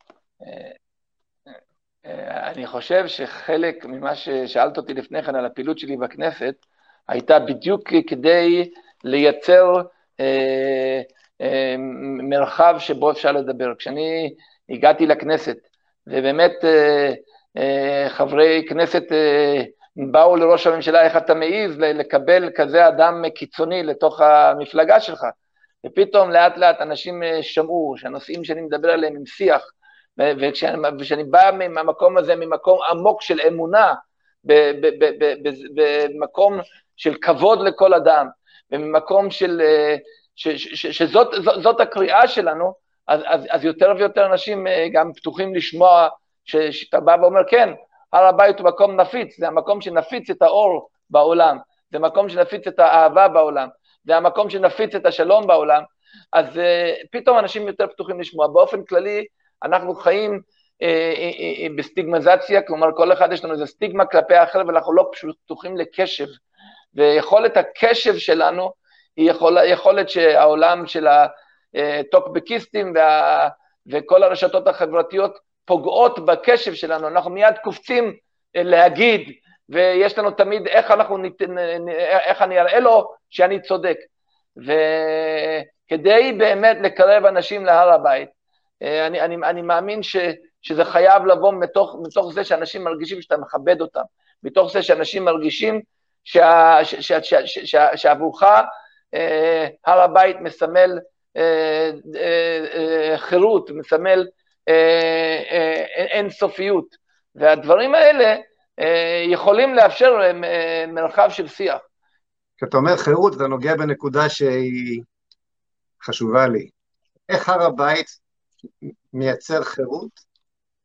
אני חושב שחלק ממה ששאלת אותי לפני כן על הפעילות שלי בכנסת, הייתה בדיוק כדי לייצר אה, אה, מרחב שבו אפשר לדבר. כשאני הגעתי לכנסת, ובאמת אה, אה, חברי כנסת אה, באו לראש הממשלה, איך אתה מעיז לקבל כזה אדם קיצוני לתוך המפלגה שלך, ופתאום לאט לאט אנשים שמעו שהנושאים שאני מדבר עליהם עם שיח, וכשאני, וכשאני בא מהמקום הזה, ממקום עמוק של אמונה, במקום של כבוד לכל אדם, וממקום של, ש, ש, ש, שזאת זאת, זאת הקריאה שלנו, אז, אז, אז יותר ויותר אנשים גם פתוחים לשמוע, ש, שאתה בא ואומר, כן, הר הבית הוא מקום נפיץ, זה המקום שנפיץ את האור בעולם, זה מקום שנפיץ את האהבה בעולם, זה המקום שנפיץ את השלום בעולם, אז uh, פתאום אנשים יותר פתוחים לשמוע. באופן כללי, אנחנו חיים uh, uh, uh, בסטיגמזציה, כלומר כל אחד יש לנו איזה סטיגמה כלפי האחר, ואנחנו לא פשוט פתוחים לקשב, ויכולת הקשב שלנו, היא יכול, יכולת שהעולם של הטוקבקיסטים וה, וכל הרשתות החברתיות פוגעות בקשב שלנו, אנחנו מיד קופצים להגיד, ויש לנו תמיד איך אנחנו ניתן, איך אני אראה לו שאני צודק, וכדי באמת לקרב אנשים להר הבית, אני, אני, אני מאמין ש, שזה חייב לבוא מתוך, מתוך זה שאנשים מרגישים שאתה מכבד אותם, מתוך זה שאנשים מרגישים שה, ש, ש, ש, ש, ש, שעבורך הר הבית מסמל חירות, מסמל אין סופיות, והדברים האלה יכולים לאפשר מרחב של שיח. כשאתה אומר חירות, אתה נוגע בנקודה שהיא חשובה לי. איך הר הבית מייצר חירות?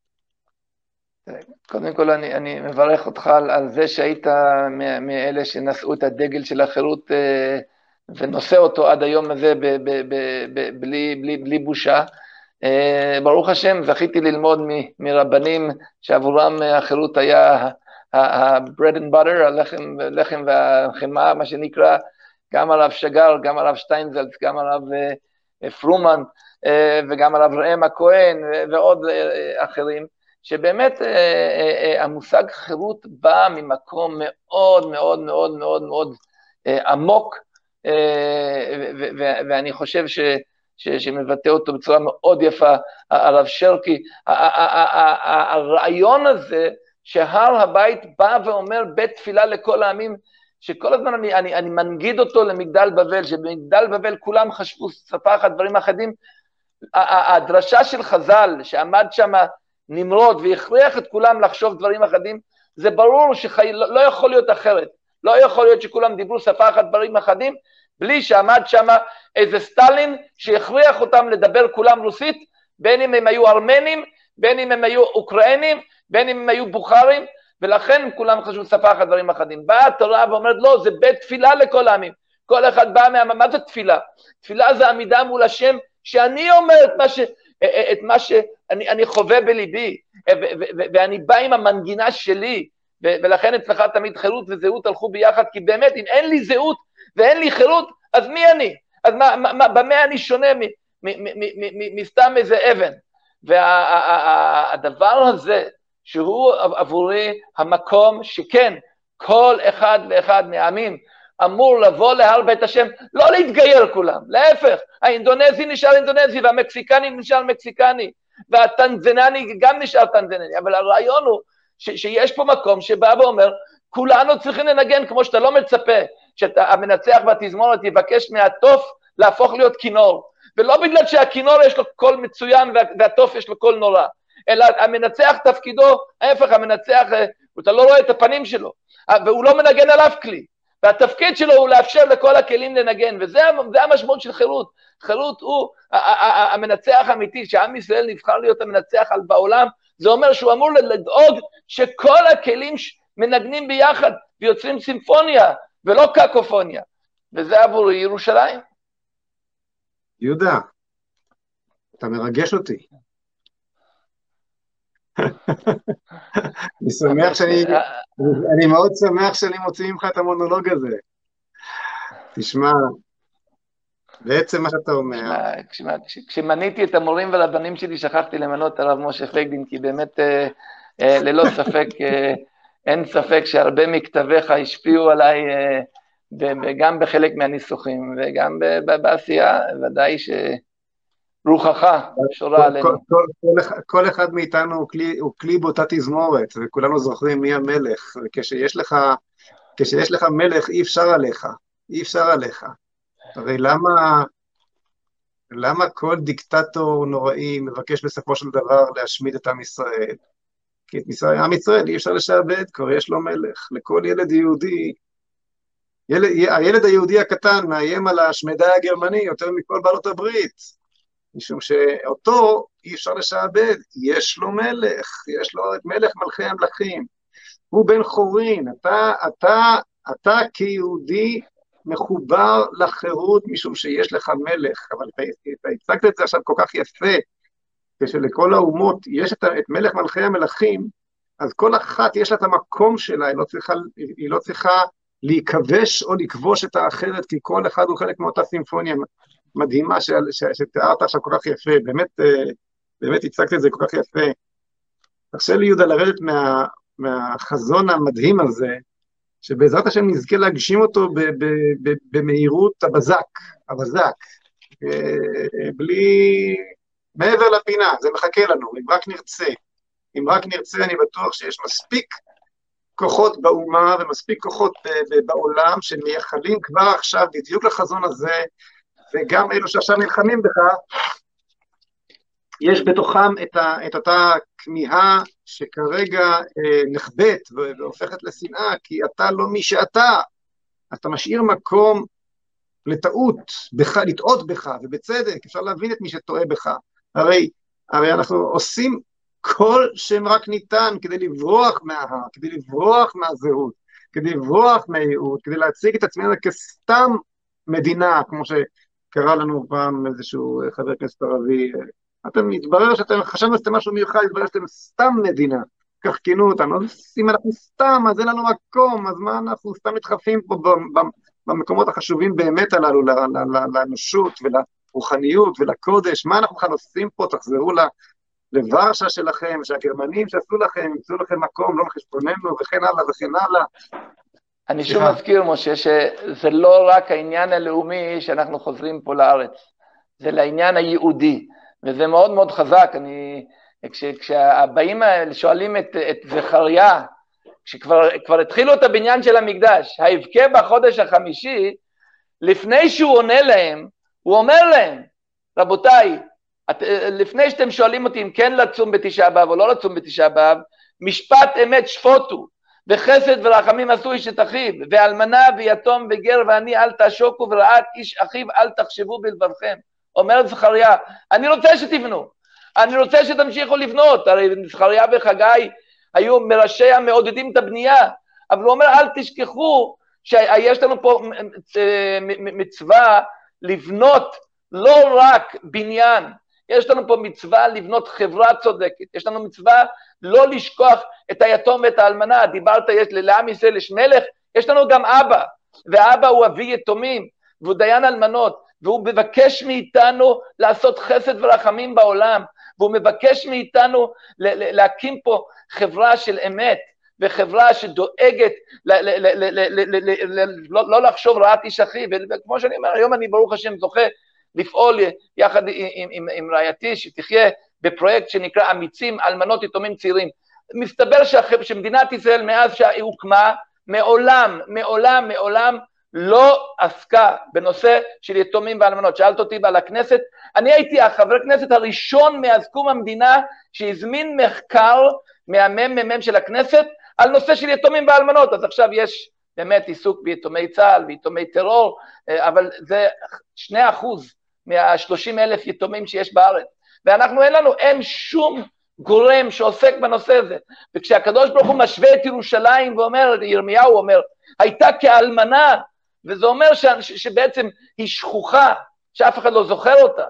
קודם כל אני, אני מברך אותך על, על זה שהיית מאלה שנשאו את הדגל של החירות ונושא אותו עד היום הזה ב, ב, ב, ב, בלי, בלי, בלי בושה. ברוך השם, זכיתי ללמוד מ, מרבנים שעבורם החירות היה ה-bread and butter, הלחם, הלחם והחמאה, מה שנקרא, גם הרב שגר, גם הרב שטיינזלץ, גם הרב פרומן, וגם הרב ראם הכהן ועוד אחרים, שבאמת המושג חירות בא ממקום מאוד מאוד מאוד מאוד מאוד עמוק, ואני חושב ש... שמבטא אותו בצורה מאוד יפה, הרב שרקי. הרעיון הזה שהר הבית בא ואומר בית תפילה לכל העמים, שכל הזמן אני, אני, אני מנגיד אותו למגדל בבל, שבמגדל בבל כולם חשבו שפה אחת, דברים אחדים. הדרשה של חז"ל שעמד שם נמרוד והכריח את כולם לחשוב דברים אחדים, זה ברור שלא יכול להיות אחרת, לא יכול להיות שכולם דיברו שפה אחת, דברים אחדים, בלי שעמד שם איזה סטלין שהכריח אותם לדבר כולם רוסית, בין אם הם היו ארמנים, בין אם הם היו אוקראינים, בין אם הם היו בוכרים, ולכן כולם חשבו שפה אחת, דברים אחדים. באה התורה ואומרת, לא, זה בית תפילה לכל העמים. כל אחד בא מה... מה זה תפילה? תפילה זה עמידה מול השם, שאני אומר את מה ש... את מה שאני אני חווה בליבי, ואני בא עם המנגינה שלי, ולכן אצלך תמיד חירות וזהות הלכו ביחד, כי באמת אם אין לי זהות ואין לי חירות, אז מי אני? אז מה, מה, במה אני שונה מסתם איזה אבן? והדבר הזה, שהוא עבורי המקום שכן, כל אחד ואחד מהעמים אמור לבוא להר בית השם, לא להתגייר כולם, להפך, האינדונזי נשאר אינדונזי, והמקסיקני נשאר מקסיקני, והטנזנני גם נשאר טנזנני, אבל הרעיון הוא ש- שיש פה מקום שבא ואומר, כולנו צריכים לנגן כמו שאתה לא מצפה, שהמנצח והתזמורת יבקש מהתוף להפוך להיות כינור, ולא בגלל שהכינור יש לו קול מצוין והתוף יש לו קול נורא, אלא המנצח תפקידו, ההפך, המנצח, אתה לא רואה את הפנים שלו, והוא לא מנגן עליו כלי, והתפקיד שלו הוא לאפשר לכל הכלים לנגן, וזה המשמעות של חירות. חירות הוא המנצח האמיתי, שעם ישראל נבחר להיות המנצח בעולם, זה אומר שהוא אמור לדאוג שכל הכלים מנגנים ביחד, ויוצרים סימפוניה, ולא קקופוניה, וזה עבור ירושלים. יהודה, אתה מרגש אותי. אני שמח שאני, אני מאוד שמח שאני מוציא ממך את המונולוג הזה. תשמע, בעצם מה שאתה אומר. כשמניתי את המורים והרבנים שלי, שכחתי למנות את הרב משה פייגלין, כי באמת ללא ספק, אין ספק שהרבה מכתביך השפיעו עליי, גם בחלק מהניסוחים, וגם בעשייה, ודאי ש... רוחך שורה עלינו. כל, כל, כל, כל אחד מאיתנו הוא כלי, הוא כלי באותה תזמורת, וכולנו זוכרים מי המלך, וכשיש לך, כשיש לך מלך אי אפשר עליך, אי אפשר עליך. הרי למה, למה כל דיקטטור נוראי מבקש בסופו של דבר להשמיד את עם ישראל? כי את ישראל, עם ישראל אי אפשר לשעבד, כבר יש לו מלך. לכל ילד יהודי, ילד, הילד היהודי הקטן מאיים על השמדה הגרמני יותר מכל בעלות הברית. משום שאותו אי אפשר לשעבד, יש לו מלך, יש לו את מלך מלכי המלכים, הוא בן חורין, אתה, אתה, אתה כיהודי מחובר לחירות משום שיש לך מלך, אבל אתה, אתה הצגת את זה עכשיו כל כך יפה, כשלכל האומות יש את, את מלך מלכי המלכים, אז כל אחת יש לה את המקום שלה, היא לא צריכה, היא לא צריכה להיכבש או לכבוש את האחרת, כי כל אחד הוא חלק מאותה סימפוניה מדהימה ש, ש, שתיארת עכשיו כל כך יפה, באמת, באמת הצגת את זה כל כך יפה. תרשה לי יהודה לרדת מה, מהחזון המדהים הזה, שבעזרת השם נזכה להגשים אותו ב, ב, ב, במהירות הבזק, הבזק, בלי, מעבר לפינה, זה מחכה לנו, אם רק נרצה. אם רק נרצה, אני בטוח שיש מספיק כוחות באומה ומספיק כוחות בעולם שמייחלים כבר עכשיו בדיוק לחזון הזה, וגם אלו שעכשיו נלחמים בך, יש בתוכם את, ה, את אותה כמיהה שכרגע אה, נחבט והופכת לשנאה, כי אתה לא מי שאתה, אתה משאיר מקום לטעות, בך, לטעות בך, ובצדק, אפשר להבין את מי שטועה בך. הרי, הרי אנחנו עושים כל שם רק ניתן כדי לברוח מההר, כדי לברוח מהזהות, כדי לברוח מהייעוד, כדי להציג את עצמנו כסתם מדינה, כמו שקרא לנו פעם איזשהו חבר כנסת ערבי. אתם מתברר שאתם חשבנו שאתם משהו מיוחד, מתברר שאתם סתם מדינה, כך כינו אותנו. אם אנחנו סתם, אז אין לנו מקום, אז מה אנחנו סתם מתחפים פה במקומות החשובים באמת הללו, לאנושות ולרוחניות ולקודש? מה אנחנו כאן עושים פה? תחזרו לוורשה שלכם, שהגרמנים שעשו לכם, ימצאו לכם מקום, לא מחשבוננו, וכן הלאה וכן הלאה. אני שוב מזכיר, משה, שזה לא רק העניין הלאומי שאנחנו חוזרים פה לארץ, זה לעניין היהודי, וזה מאוד מאוד חזק. אני, כש, כשהבאים האלה שואלים את, את זכריה, כשכבר כבר התחילו את הבניין של המקדש, היבכה בחודש החמישי, לפני שהוא עונה להם, הוא אומר להם, רבותיי, את, לפני שאתם שואלים אותי אם כן לצום בתשעה באב או לא לצום בתשעה באב, משפט אמת שפוטו, וחסד ורחמים עשו איש את אחיו, ואלמנה ויתום וגר ועני אל תעשוקו, ורעת איש אחיו אל תחשבו בלבבכם. אומר זכריה, אני רוצה שתבנו, אני רוצה שתמשיכו לבנות. הרי זכריה וחגי היו מראשי המעודדים את הבנייה, אבל הוא אומר אל תשכחו שיש לנו פה מצווה לבנות לא רק בניין, יש לנו פה מצווה לבנות חברה צודקת, יש לנו מצווה לא לשכוח את היתום ואת האלמנה. דיברת, יש לעם ישראל יש מלך, יש לנו גם אבא, ואבא הוא אבי יתומים, והוא דיין אלמנות, והוא מבקש מאיתנו לעשות חסד ורחמים בעולם, והוא מבקש מאיתנו להקים פה חברה של אמת, וחברה שדואגת לא לחשוב רעת איש אחי. וכמו שאני אומר, היום אני ברוך השם זוכה לפעול יחד עם, עם, עם רעייתי, שתחיה בפרויקט שנקרא אמיצים, אלמנות יתומים צעירים. מסתבר שמדינת ישראל מאז שהיא הוקמה, מעולם, מעולם, מעולם לא עסקה בנושא של יתומים ואלמנות. שאלת אותי על הכנסת, אני הייתי החבר כנסת הראשון מאז קום המדינה שהזמין מחקר מהממ"מ של הכנסת על נושא של יתומים ואלמנות. אז עכשיו יש באמת עיסוק ביתומי צה"ל ויתומי טרור, אבל זה שני אחוז מה-שלושים אלף יתומים שיש בארץ, ואנחנו אין לנו, אין שום גורם שעוסק בנושא הזה. וכשהקדוש ברוך הוא משווה את ירושלים ואומר, ירמיהו אומר, הייתה כאלמנה, וזה אומר ש, ש, שבעצם היא שכוחה, שאף אחד לא זוכר אותה,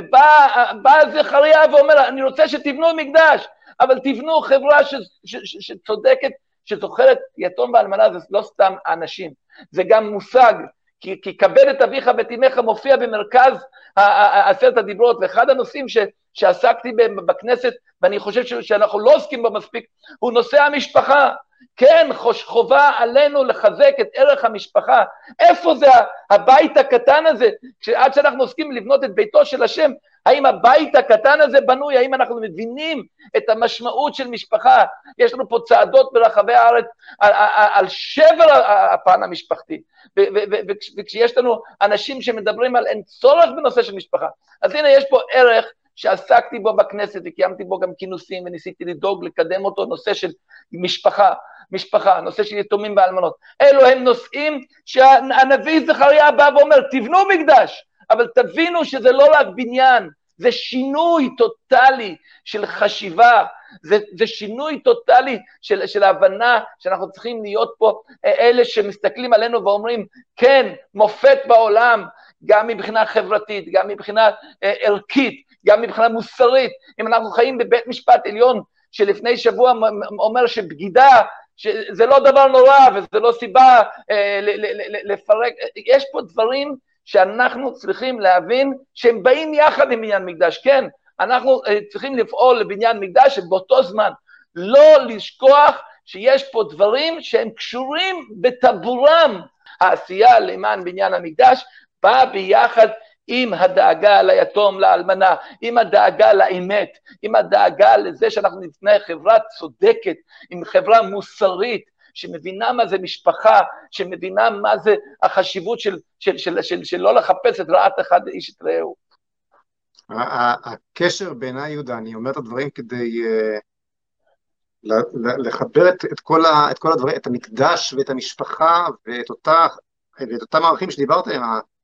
ובא בא זכריה ואומר, אני רוצה שתבנו מקדש, אבל תבנו חברה ש, ש, ש, שצודקת, שזוכרת יתום ואלמנה. זה לא סתם אנשים, זה גם מושג, כי, כי כבד את אביך ואת אמך מופיע במרכז עשרת הדיברות, ואחד הנושאים ש, שעסקתי בכנסת, ואני חושב ש, שאנחנו לא עוסקים בו מספיק, הוא נושא המשפחה. כן, חובה עלינו לחזק את ערך המשפחה. איפה זה הבית הקטן הזה? עד שאנחנו עוסקים לבנות את ביתו של השם, האם הבית הקטן הזה בנוי? האם אנחנו מבינים את המשמעות של משפחה? יש לנו פה צעדות ברחבי הארץ על, על, על שבר הפן המשפחתי, ו, ו, ו, וכשיש לנו אנשים שמדברים על אין צורך בנושא של משפחה. אז הנה יש פה ערך שעסקתי בו בכנסת, וקיימתי בו גם כינוסים, וניסיתי לדאוג לקדם אותו, נושא של משפחה, משפחה, נושא של יתומים ואלמנות. אלו הם נושאים שהנביא זכריה בא ואומר, תבנו מקדש, אבל תבינו שזה לא רק בניין, זה שינוי טוטלי של חשיבה, זה, זה שינוי טוטלי של, של ההבנה שאנחנו צריכים להיות פה אלה שמסתכלים עלינו ואומרים, כן, מופת בעולם, גם מבחינה חברתית, גם מבחינה אה, ערכית, גם מבחינה מוסרית. אם אנחנו חיים בבית משפט עליון, שלפני שבוע אומר שבגידה, שזה לא דבר נורא, וזה לא סיבה אה, ל, ל, ל, לפרק, יש פה דברים שאנחנו צריכים להבין, שהם באים יחד עם בניין מקדש. כן, אנחנו אה, צריכים לפעול לבניין מקדש, שבאותו זמן לא לשכוח שיש פה דברים שהם קשורים בטבורם. העשייה למען בניין המקדש באה ביחד עם הדאגה ליתום, לאלמנה, עם הדאגה לאמת, עם הדאגה לזה שאנחנו נבנה חברה צודקת, עם חברה מוסרית, שמבינה מה זה משפחה, שמבינה מה זה החשיבות של, של, של, של, של לא לחפש את רעת אחד איש את רעהו. הקשר בעיניי, יהודה, אני אומר את הדברים כדי לחבר את, את, כל ה, את כל הדברים, את המקדש ואת המשפחה ואת אותה ואת אותם הערכים שדיברתם,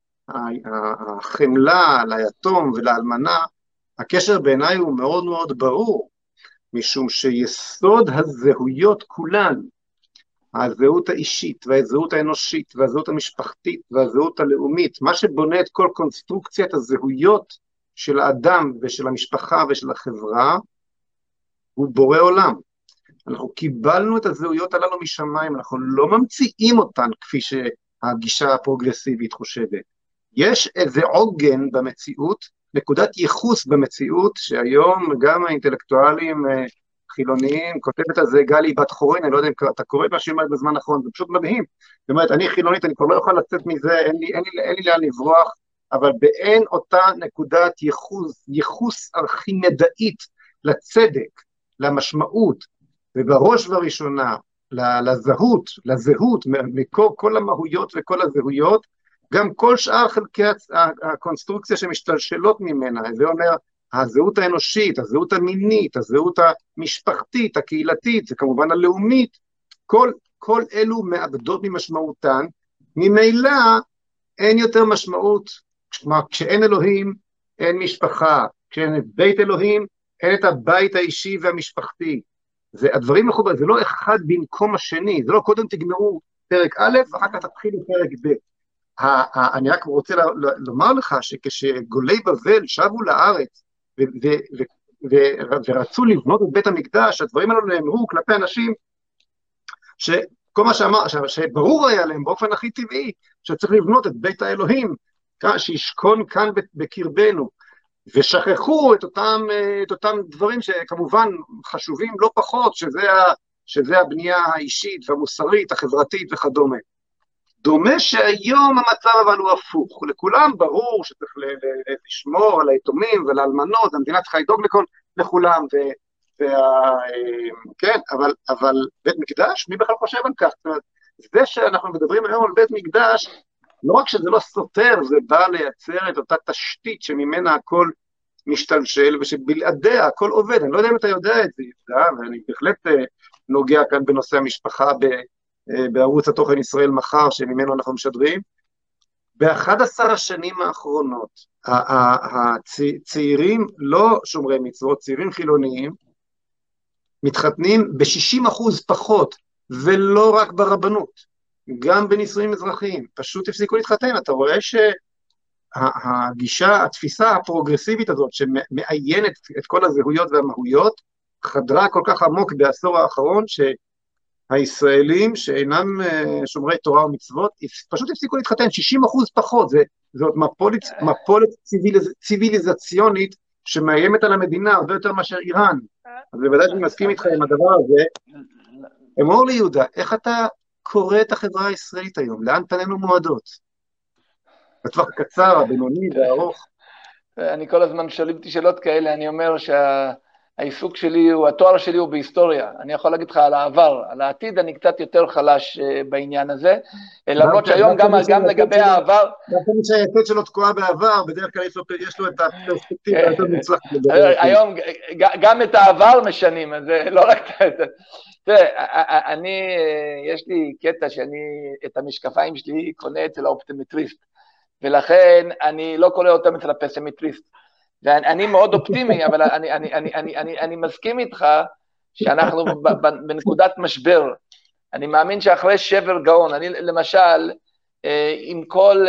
החמלה ליתום ולאלמנה, הקשר בעיניי הוא מאוד מאוד ברור, משום שיסוד הזהויות כולן, הזהות האישית והזהות האנושית והזהות המשפחתית והזהות הלאומית, מה שבונה את כל קונסטרוקציית הזהויות של האדם ושל המשפחה ושל החברה, הוא בורא עולם. אנחנו קיבלנו את הזהויות הללו משמיים, אנחנו לא ממציאים אותן כפי שהגישה הפרוגרסיבית חושבת. יש איזה עוגן במציאות, נקודת ייחוס במציאות, שהיום גם האינטלקטואלים חילוניים, כותבת על זה גלי בת חורין, אני לא יודע אם אתה קורא מה שהיא אומרת בזמן האחרון, זה פשוט מדהים. זאת אומרת, אני חילונית, אני כבר לא יכול לצאת מזה, אין לי, אין לי, אין לי לאן לברוח, אבל באין אותה נקודת ייחוס, ייחוס ארכימדאית לצדק, למשמעות, ובראש ובראשונה, לזהות, לזהות, מכל כל המהויות וכל הזהויות, גם כל שאר חלקי הקונסטרוקציה שמשתלשלות ממנה, זה אומר, הזהות האנושית, הזהות המינית, הזהות המשפחתית, הקהילתית, וכמובן הלאומית, כל, כל אלו מאבדות ממשמעותן, ממילא אין יותר משמעות, כלומר, כשאין אלוהים, אין משפחה, כשאין את בית אלוהים, אין את הבית האישי והמשפחתי. זה, הדברים מחוברים, זה לא אחד במקום השני, זה לא קודם תגמרו פרק א', ואחר כך תתחילו פרק ב'. אני רק רוצה לומר לך שכשגולי בבל שבו לארץ ורצו לבנות את בית המקדש, הדברים האלו נאמרו כלפי אנשים שכל מה שאמר, שברור היה להם באופן הכי טבעי שצריך לבנות את בית האלוהים, שישכון כאן בקרבנו, ושכחו את אותם, את אותם דברים שכמובן חשובים לא פחות, שזה, שזה הבנייה האישית והמוסרית, החברתית וכדומה. דומה שהיום המצב אבל הוא הפוך, לכולם ברור שצריך לשמור על היתומים ולאלמנות, המדינה צריכה לדאוג לכולם, ו, וה, כן, אבל, אבל בית מקדש, מי בכלל חושב על כך? זאת אומרת, זה שאנחנו מדברים היום על בית מקדש, לא רק שזה לא סותר, זה בא לייצר את אותה תשתית שממנה הכל משתלשל, ושבלעדיה הכל עובד. אני לא יודע אם אתה יודע את זה, ואני בהחלט נוגע כאן בנושא המשפחה ב... בערוץ התוכן ישראל מחר, שממנו אנחנו משדרים. ב-אחת עשרה השנים האחרונות, הצעירים לא שומרי מצוות, צעירים חילוניים, מתחתנים ב-שישים אחוז פחות, ולא רק ברבנות, גם בנישואים אזרחיים, פשוט הפסיקו להתחתן. אתה רואה שהגישה, התפיסה הפרוגרסיבית הזאת, שמעיינת את כל הזהויות והמהויות, חדרה כל כך עמוק בעשור האחרון, ש... הישראלים שאינם שומרי תורה ומצוות, פשוט הפסיקו להתחתן, שישים אחוז פחות, זה, זאת מפולת, מפולת ציוויליז, ציוויליזציונית שמאיימת על המדינה הרבה יותר מאשר איראן. אז בוודאי שאני מסכים איתך עם הדבר הזה. אמור לי יהודה, איך אתה קורא את החברה הישראלית היום? לאן פנינו מועדות? בטווח הקצר, הבינוני והארוך. אני כל הזמן שואלים אותי שאלות כאלה, אני אומר שה... העיסוק שלי, התואר שלי הוא בהיסטוריה, אני יכול להגיד לך על העבר, על העתיד אני קצת יותר חלש בעניין הזה, למרות שהיום גם לגבי העבר... דווקא מי שהיתד שלו תקועה בעבר, בדרך כלל יש לו את הפרספקטיבה יותר מוצלחת. היום גם את העבר משנים, אז לא רק את זה. תראה, אני, יש לי קטע שאני, את המשקפיים שלי קונה אצל האופטימטריסט, ולכן אני לא קונה אותם אצל הפסימטריסט. ואני מאוד אופטימי, אבל אני, אני, אני, אני, אני, אני מסכים איתך שאנחנו בנקודת משבר. אני מאמין שאחרי שבר גאון, אני למשל, עם כל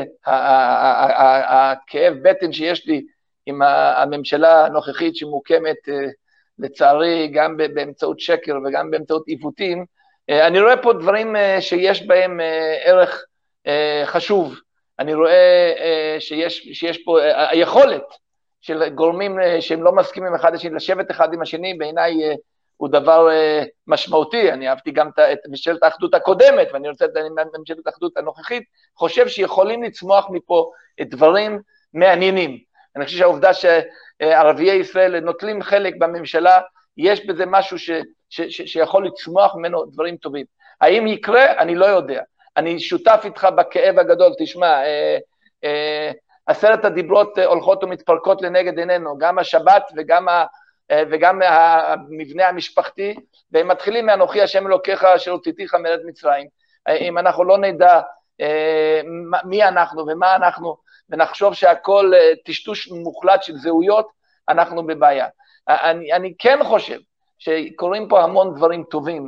הכאב בטן שיש לי עם הממשלה הנוכחית שמוקמת, לצערי, גם באמצעות שקר וגם באמצעות עיוותים, אני רואה פה דברים שיש בהם ערך חשוב. אני רואה שיש, שיש פה היכולת, של גורמים שהם לא מסכימים אחד לשני, לשבת אחד עם השני, בעיניי הוא דבר משמעותי. אני אהבתי גם את ממשלת האחדות הקודמת, ואני רוצה את ממשלת האחדות הנוכחית, חושב שיכולים לצמוח מפה דברים מעניינים. אני חושב שהעובדה שערביי ישראל נוטלים חלק בממשלה, יש בזה משהו ש, ש, ש, שיכול לצמוח ממנו דברים טובים. האם יקרה? אני לא יודע. אני שותף איתך בכאב הגדול, תשמע, אה, אה, עשרת הדיברות הולכות ומתפרקות לנגד עינינו, גם השבת וגם, ה, וגם המבנה המשפחתי, והם מתחילים מאנוכי השם אלוקיך אשר הוצאתיך מארץ מצרים. אם אנחנו לא נדע מי אנחנו ומה אנחנו, ונחשוב שהכל טשטוש מוחלט של זהויות, אנחנו בבעיה. אני, אני כן חושב שקוראים פה המון דברים טובים,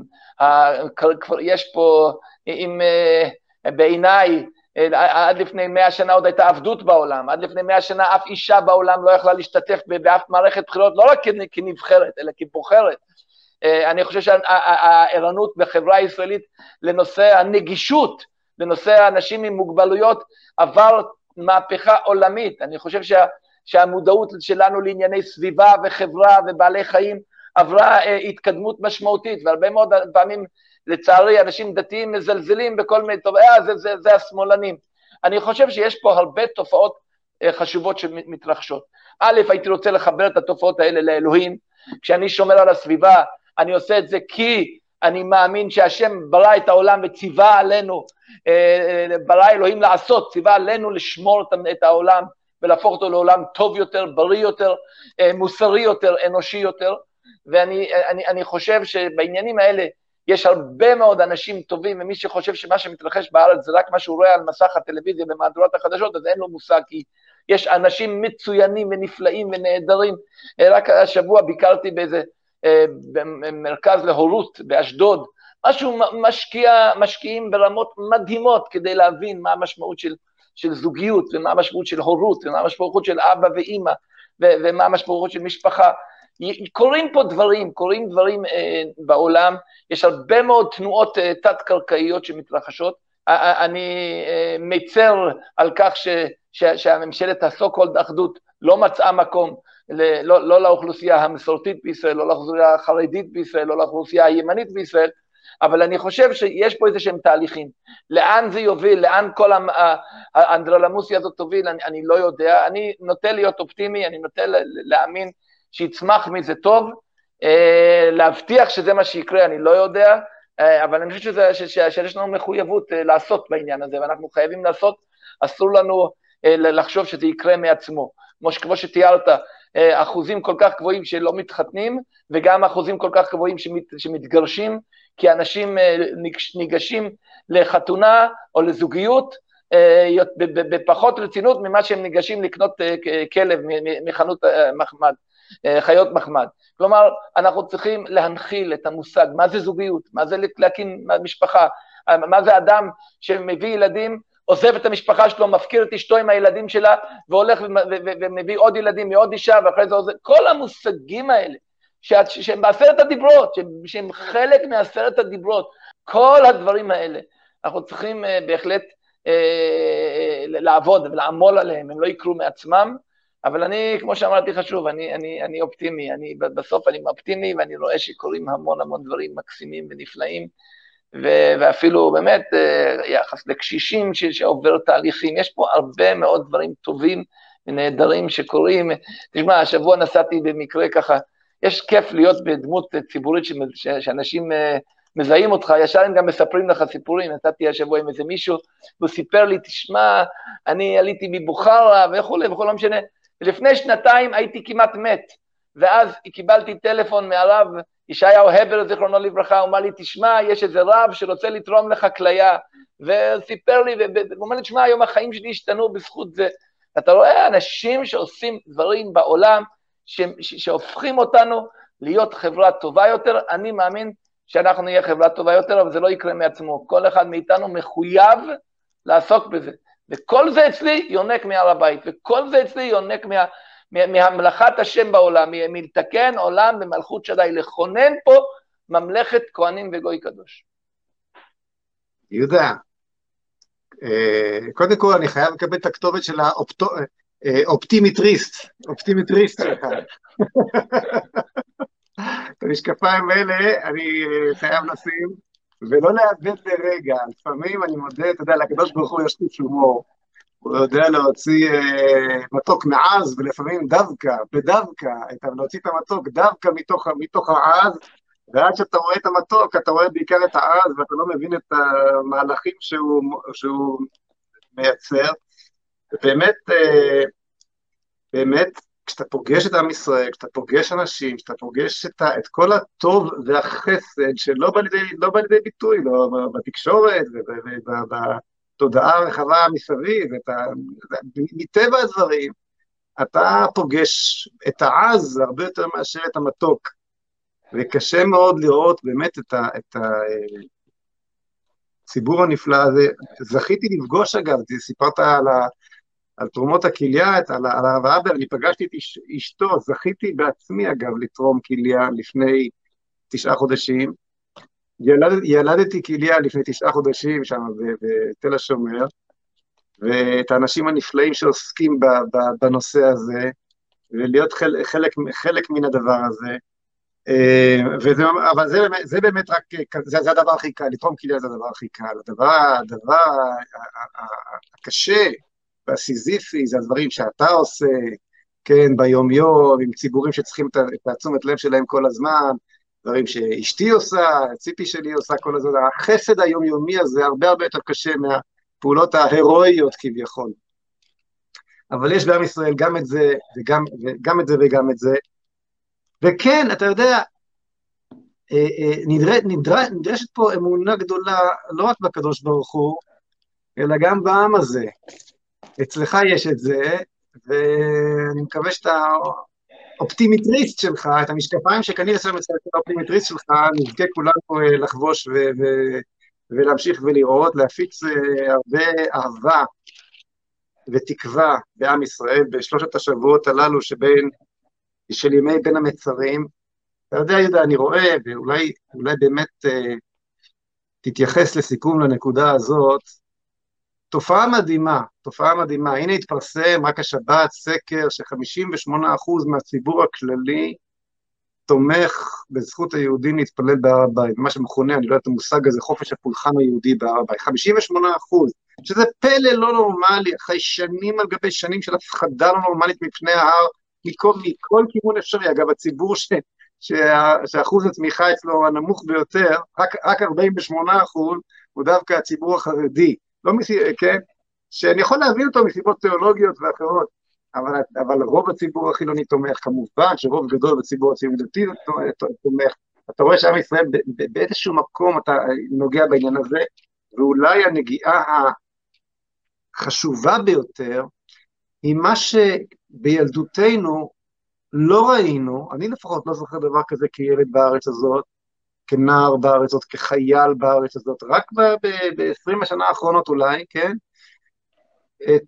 יש פה, אם בעיניי, עד לפני מאה שנה עוד הייתה עבדות בעולם, עד לפני מאה שנה אף אישה בעולם לא יכלה להשתתף באף מערכת בחירות, לא רק כנבחרת, אלא כבוחרת. אני חושב שהערנות בחברה הישראלית לנושא הנגישות, לנושא האנשים עם מוגבלויות, עבר מהפכה עולמית. אני חושב שה, שהמודעות שלנו לענייני סביבה וחברה ובעלי חיים, עברה התקדמות משמעותית, והרבה מאוד פעמים, לצערי, אנשים דתיים מזלזלים בכל מיני, טוב, אה, זה, זה, זה השמאלנים. אני חושב שיש פה הרבה תופעות חשובות שמתרחשות. א', הייתי רוצה לחבר את התופעות האלה לאלוהים, כשאני שומר על הסביבה, אני עושה את זה כי אני מאמין שהשם ברא את העולם וציווה עלינו, ברא אלוהים לעשות, ציווה עלינו לשמור את העולם, ולהפוך אותו לעולם טוב יותר, בריא יותר, מוסרי יותר, אנושי יותר, ואני אני, אני חושב שבעניינים האלה יש הרבה מאוד אנשים טובים, ומי שחושב שמה שמתרחש בארץ זה רק מה שהוא רואה על מסך הטלוויזיה במהדורות החדשות, אז אין לו מושג, כי יש אנשים מצוינים ונפלאים ונהדרים. רק השבוע ביקרתי באיזה במרכז להורות באשדוד, משהו משקיע, משקיעים ברמות מדהימות כדי להבין מה המשמעות של, של זוגיות, ומה המשמעות של הורות, ומה המשמעות של אבא ואמא, ומה המשמעות של משפחה. קוראים פה דברים, קוראים דברים אה, בעולם, יש הרבה מאוד תנועות אה, תת-קרקעיות שמתרחשות. אה, אני אה, מצר על כך ש, ש, שהממשלת הסו-קולד אחדות לא מצאה מקום, ל, לא, לא לאוכלוסייה המסורתית בישראל, לא לאוכלוסייה החרדית בישראל, לא לאוכלוסייה הימנית בישראל, אבל אני חושב שיש פה איזה שהם תהליכים. לאן זה יוביל, לאן כל האנדרלמוסיה הזאת תוביל, אני, אני לא יודע. אני נוטה להיות אופטימי, אני נוטה להאמין שיצמח מזה טוב, להבטיח שזה מה שיקרה, אני לא יודע, אבל אני חושב שזה, שיש לנו מחויבות לעשות בעניין הזה, ואנחנו חייבים לעשות, אסור לנו לחשוב שזה יקרה מעצמו. כמו שתיארת, אחוזים כל כך גבוהים שלא מתחתנים, וגם אחוזים כל כך גבוהים שמת, שמתגרשים, כי אנשים ניגשים לחתונה או לזוגיות, בפחות רצינות ממה שהם ניגשים לקנות כלב מחנות מחמד. חיות מחמד. כלומר, אנחנו צריכים להנחיל את המושג, מה זה זוגיות, מה זה להקים משפחה, מה זה אדם שמביא ילדים, עוזב את המשפחה שלו, מפקיר את אשתו עם הילדים שלה, והולך ומביא עוד ילדים מעוד אישה, ואחרי זה עוזב, כל המושגים האלה, שהם בעשרת הדיברות, שהם חלק מעשרת הדיברות, כל הדברים האלה, אנחנו צריכים בהחלט לעבוד ולעמול עליהם, הם לא יקרו מעצמם, אבל אני, כמו שאמרתי חשוב, אני, אני, אני אופטימי, אני, בסוף אני אופטימי, ואני רואה שקורים המון המון דברים מקסימים ונפלאים, ו, ואפילו באמת יחס לקשישים ש, שעובר תהליכים, יש פה הרבה מאוד דברים טובים ונהדרים שקורים. תשמע, השבוע נסעתי במקרה ככה, יש כיף להיות בדמות ציבורית ש, שאנשים מזהים אותך, ישר הם גם מספרים לך סיפורים. נסעתי השבוע עם איזה מישהו, והוא סיפר לי, תשמע, אני עליתי מבוכרה וכו' וכו', לא משנה, ולפני שנתיים הייתי כמעט מת, ואז קיבלתי טלפון מהרב ישעיהו הבר, זיכרונו לברכה, הוא אמר לי, תשמע, יש איזה רב שרוצה לתרום לך כליה, וסיפר לי, והוא אומר לי, תשמע, היום החיים שלי השתנו בזכות זה. אתה רואה אנשים שעושים דברים בעולם, ש- ש- שהופכים אותנו להיות חברה טובה יותר. אני מאמין שאנחנו נהיה חברה טובה יותר, אבל זה לא יקרה מעצמו. כל אחד מאיתנו מחויב לעסוק בזה. וכל זה אצלי יונק מהר הבית, וכל זה אצלי יונק מה, מה, מהמלאכת השם בעולם, מלתקן עולם במלכות שדי, לכונן פה ממלכת כהנים וגוי קדוש. יהודה, קודם כל אני חייב לקבל את הכתובת של האופטימיטריסט, אופטימיטריסט שלך. את המשקפיים האלה אני חייב לשים, ולא לאבד לרגע. לפעמים אני מודה, אתה יודע, לקדוש ברוך הוא יש חוש הומור, הוא יודע להוציא אה, מתוק מעז, ולפעמים דווקא, בדווקא, להוציא את המתוק דווקא מתוך, מתוך העז, ועד שאתה רואה את המתוק, אתה רואה בעיקר את העז, ואתה לא מבין את המהלכים שהוא, שהוא מייצר. באמת, אה, באמת, כשאתה פוגש את עם ישראל, כשאתה פוגש אנשים, כשאתה פוגש את, ה, את כל הטוב והחסד שלא בא לידי, לא בא לידי ביטוי, לא בתקשורת, התודעה הרחבה מסביב, את ה... מטבע הדברים, אתה פוגש את העז הרבה יותר מאשר את המתוק, וקשה מאוד לראות באמת את, ה... את הציבור הנפלא הזה. זכיתי לפגוש אגב, סיפרת על, ה... על תרומות הכליה, על, ה... על הרב הבר, אני פגשתי את אש... אשתו, זכיתי בעצמי אגב לתרום כליה לפני תשעה חודשים, ילד, ילדתי כליה לפני תשעה חודשים שם בתל השומר, ואת האנשים הנפלאים שעוסקים ב, ב, בנושא הזה, ולהיות חלק, חלק, חלק מן הדבר הזה, וזה, אבל זה, זה באמת רק, זה, זה הדבר הכי קל, לתרום כליה זה הדבר הכי קל, הדבר, הדבר הקשה והסיזיפי, זה הדברים שאתה עושה, כן, ביום יום, עם ציבורים שצריכים את התשומת לב שלהם כל הזמן, דברים שאשתי עושה, ציפי שלי עושה כל הזמן, החסד היומיומי הזה הרבה הרבה יותר קשה מהפעולות ההירואיות כביכול. אבל יש בעם ישראל גם את זה, וגם, וגם את זה וגם את זה. וכן, אתה יודע, נדרש, נדרש, נדרשת פה אמונה גדולה, לא רק בקדוש ברוך הוא, אלא גם בעם הזה. אצלך יש את זה, ואני מקווה שאתה... אופטימיטריסט שלך, את המשקפיים שקנית אצלנו אצל האופטימיטריסט שלך, נזכה כולנו לחבוש ו- ו- ולהמשיך ולראות, להפיץ הרבה אהבה ותקווה בעם ישראל, בשלושת השבועות הללו שבין, של ימי בין המצרים. אתה יודע, יהודה, אני רואה, ואולי אולי באמת uh, תתייחס לסיכום לנקודה הזאת, תופעה מדהימה, תופעה מדהימה, הנה התפרסם רק השבת סקר ש-חמישים ושמונה אחוז מהציבור הכללי תומך בזכות היהודים להתפלל בהר הבית, מה שמכונה, אני לא יודע את המושג הזה, חופש הפולחן היהודי בהר הבית, חמישים ושמונה אחוז, שזה פלא לא נורמלי, אחרי שנים על גבי שנים של הפחדה לא נורמלית מפני ההר, מכל, מכל כיוון אפשרי, אגב הציבור ש, שה, שאחוז התמיכה אצלו הנמוך ביותר, רק, רק ארבעים ושמונה אחוז, הוא דווקא הציבור החרדי, לא מסיב, כן, שאני יכול להבין אותו מסיבות תיאולוגיות ואחרות, אבל, אבל רוב הציבור החילוני תומך, כמובן שרוב גדול בציבור הציוני-דתי תומך, אתה רואה שעם ישראל באיזשהו מקום אתה נוגע בעניין הזה, ואולי הנגיעה החשובה ביותר, היא מה שבילדותנו לא ראינו, אני לפחות לא זוכר דבר כזה כילד בארץ הזאת, כנער בארץ הזאת, כחייל בארץ הזאת, רק ב-עשרים השנה האחרונות אולי, כן? את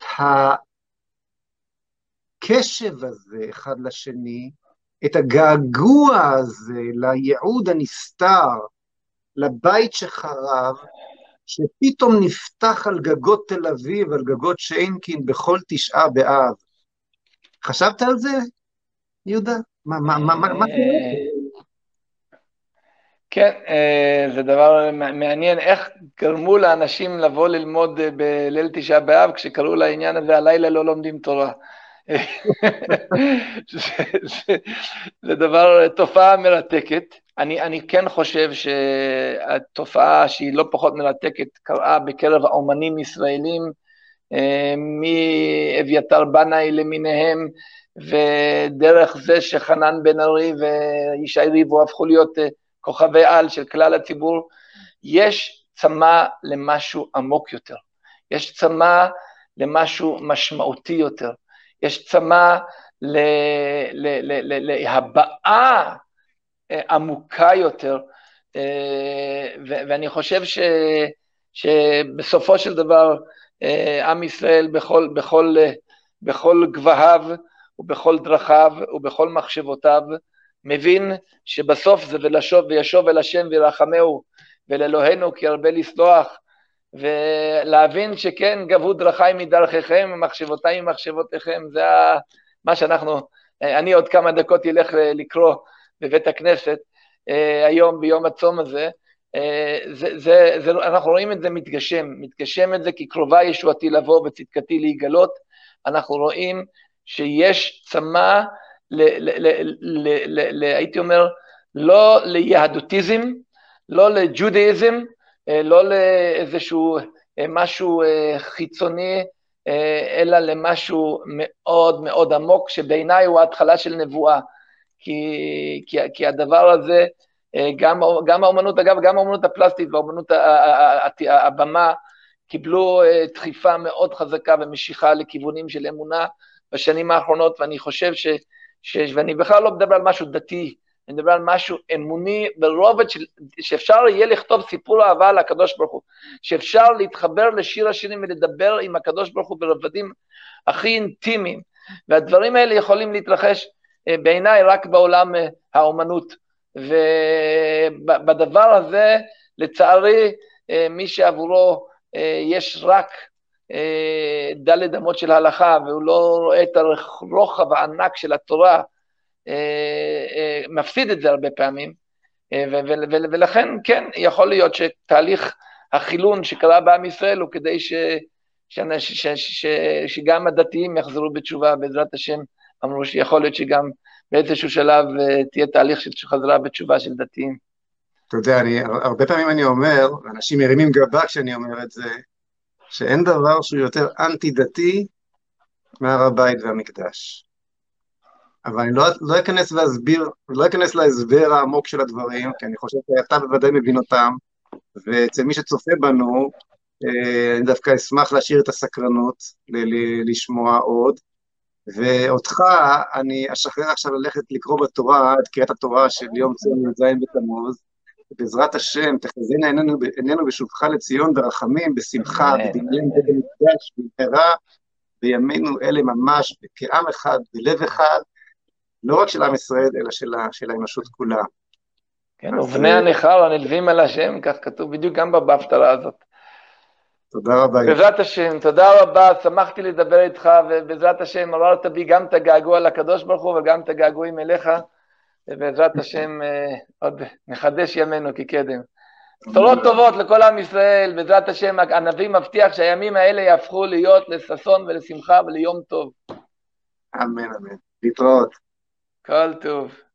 הקשב הזה אחד לשני, את הגעגוע הזה לייעוד הנסתר, לבית שחרב, שפתאום נפתח על גגות תל אביב, על גגות שיינקין בכל תשעה באב. חשבת על זה, יהודה? מה, מה, מה, מה, מה קורה? כן, זה דבר מעניין, איך גרמו לאנשים לבוא ללמוד בליל תשעה באב, כשקראו לעניין הזה, הלילה לא לומדים תורה. זה, זה, זה דבר, תופעה מרתקת. אני, אני כן חושב שהתופעה שהיא לא פחות מרתקת, קראה בקרב האומנים ישראלים, מאביתר בנאי למיניהם, ודרך זה שחנן בן ארי וישי ריבו הפכו להיות כוכבי על של כלל הציבור, יש צמא למשהו עמוק יותר, יש צמא למשהו משמעותי יותר, יש צמא להבעה עמוקה יותר, ואני חושב ש, שבסופו של דבר, עם ישראל בכל, בכל, בכל גבהיו ובכל דרכיו ובכל מחשבותיו, מבין שבסוף זה ולשוב וישוב אל השם וירחמהו ולאלוהינו כי הרבה לסלוח, ולהבין שכן גבו דרכי מדרכיכם ומחשבותיי ממחשבותיכם, זה מה שאנחנו, אני עוד כמה דקות ילך לקרוא בבית הכנסת היום ביום הצום הזה, זה, זה, זה, אנחנו רואים את זה מתגשם, מתגשם את זה כי קרובה ישועתי לבוא וצדקתי להיגלות, אנחנו רואים שיש צמא, ל, ל, ל, ל, ל, ל, הייתי אומר, לא ליהדוטיזם, לא לג'ודאיזם, לא לאיזשהו משהו חיצוני, אלא למשהו מאוד מאוד עמוק, שבעיניי הוא ההתחלה של נבואה, כי, כי, כי הדבר הזה, גם, גם האומנות, אגב, גם האומנות הפלסטית והאומנות הבמה, קיבלו uh, דחיפה מאוד חזקה ומשיכה לכיוונים של אמונה בשנים האחרונות, ואני חושב ש, ש... ואני בכלל לא מדבר על משהו דתי, אני מדבר על משהו אמוני ברובד של, שאפשר יהיה לכתוב סיפור אהבה על הקדוש ברוך הוא, שאפשר להתחבר לשיר השירים ולדבר עם הקדוש ברוך הוא ברבדים הכי אינטימיים, והדברים האלה יכולים להתרחש בעיניי רק בעולם האומנות, ובדבר הזה לצערי מי שעבורו יש רק דלת אמות של ההלכה, והוא לא רואה את הרוחב הענק של התורה, מפסיד את זה הרבה פעמים, ולכן כן, יכול להיות שתהליך החילון שקרה בעם ישראל הוא כדי ש, ש, ש, ש, שגם הדתיים יחזרו בתשובה, בעזרת השם. אמרו שיכול להיות שגם באיזשהו שלב תהיה תהליך של חזרה בתשובה של דתיים. אתה יודע, אני, הרבה פעמים אני אומר, אנשים מרימים גבה כשאני אומר את זה, שאין דבר שהוא יותר אנטי-דתי מהר הבית והמקדש. אבל אני לא, לא אכנס להסביר, לא אכנס להסבר העמוק של הדברים, כי אני חושב שאתה בוודאי מבין אותם, ואצל מי שצופה בנו, אני דווקא אשמח להשאיר את הסקרנות ל- לשמוע עוד, ואותך אני אשחרר עכשיו ללכת לקרוא בתורה, את קריאת התורה של יום ציון י"ז בתמוז, ובעזרת השם תחזינה עינינו, עינינו בשובך לציון ברחמים, בשמחה, בבניין בית המקדש, במהרה, בימינו אלה ממש, כעם אחד, בלב אחד, לא רק של עם ישראל, אלא של, של האנושות כולה. כן, ובני הנכר הנלווים על השם, כך כתוב בדיוק גם בהפטרה הזאת. תודה רבה. בעזרת השם, תודה רבה, שמחתי לדבר איתך, ובעזרת השם עוררת בי גם את הגעגוע לקדוש ברוך הוא, וגם את הגעגועים אליך, ובעזרת השם עוד נחדש ימינו כקדם. בשורות טובות לכל עם ישראל, בעזרת השם הנביא מבטיח שהימים האלה יהפכו להיות לששון ולשמחה וליום טוב. אמן, אמן. להתראות. כל טוב.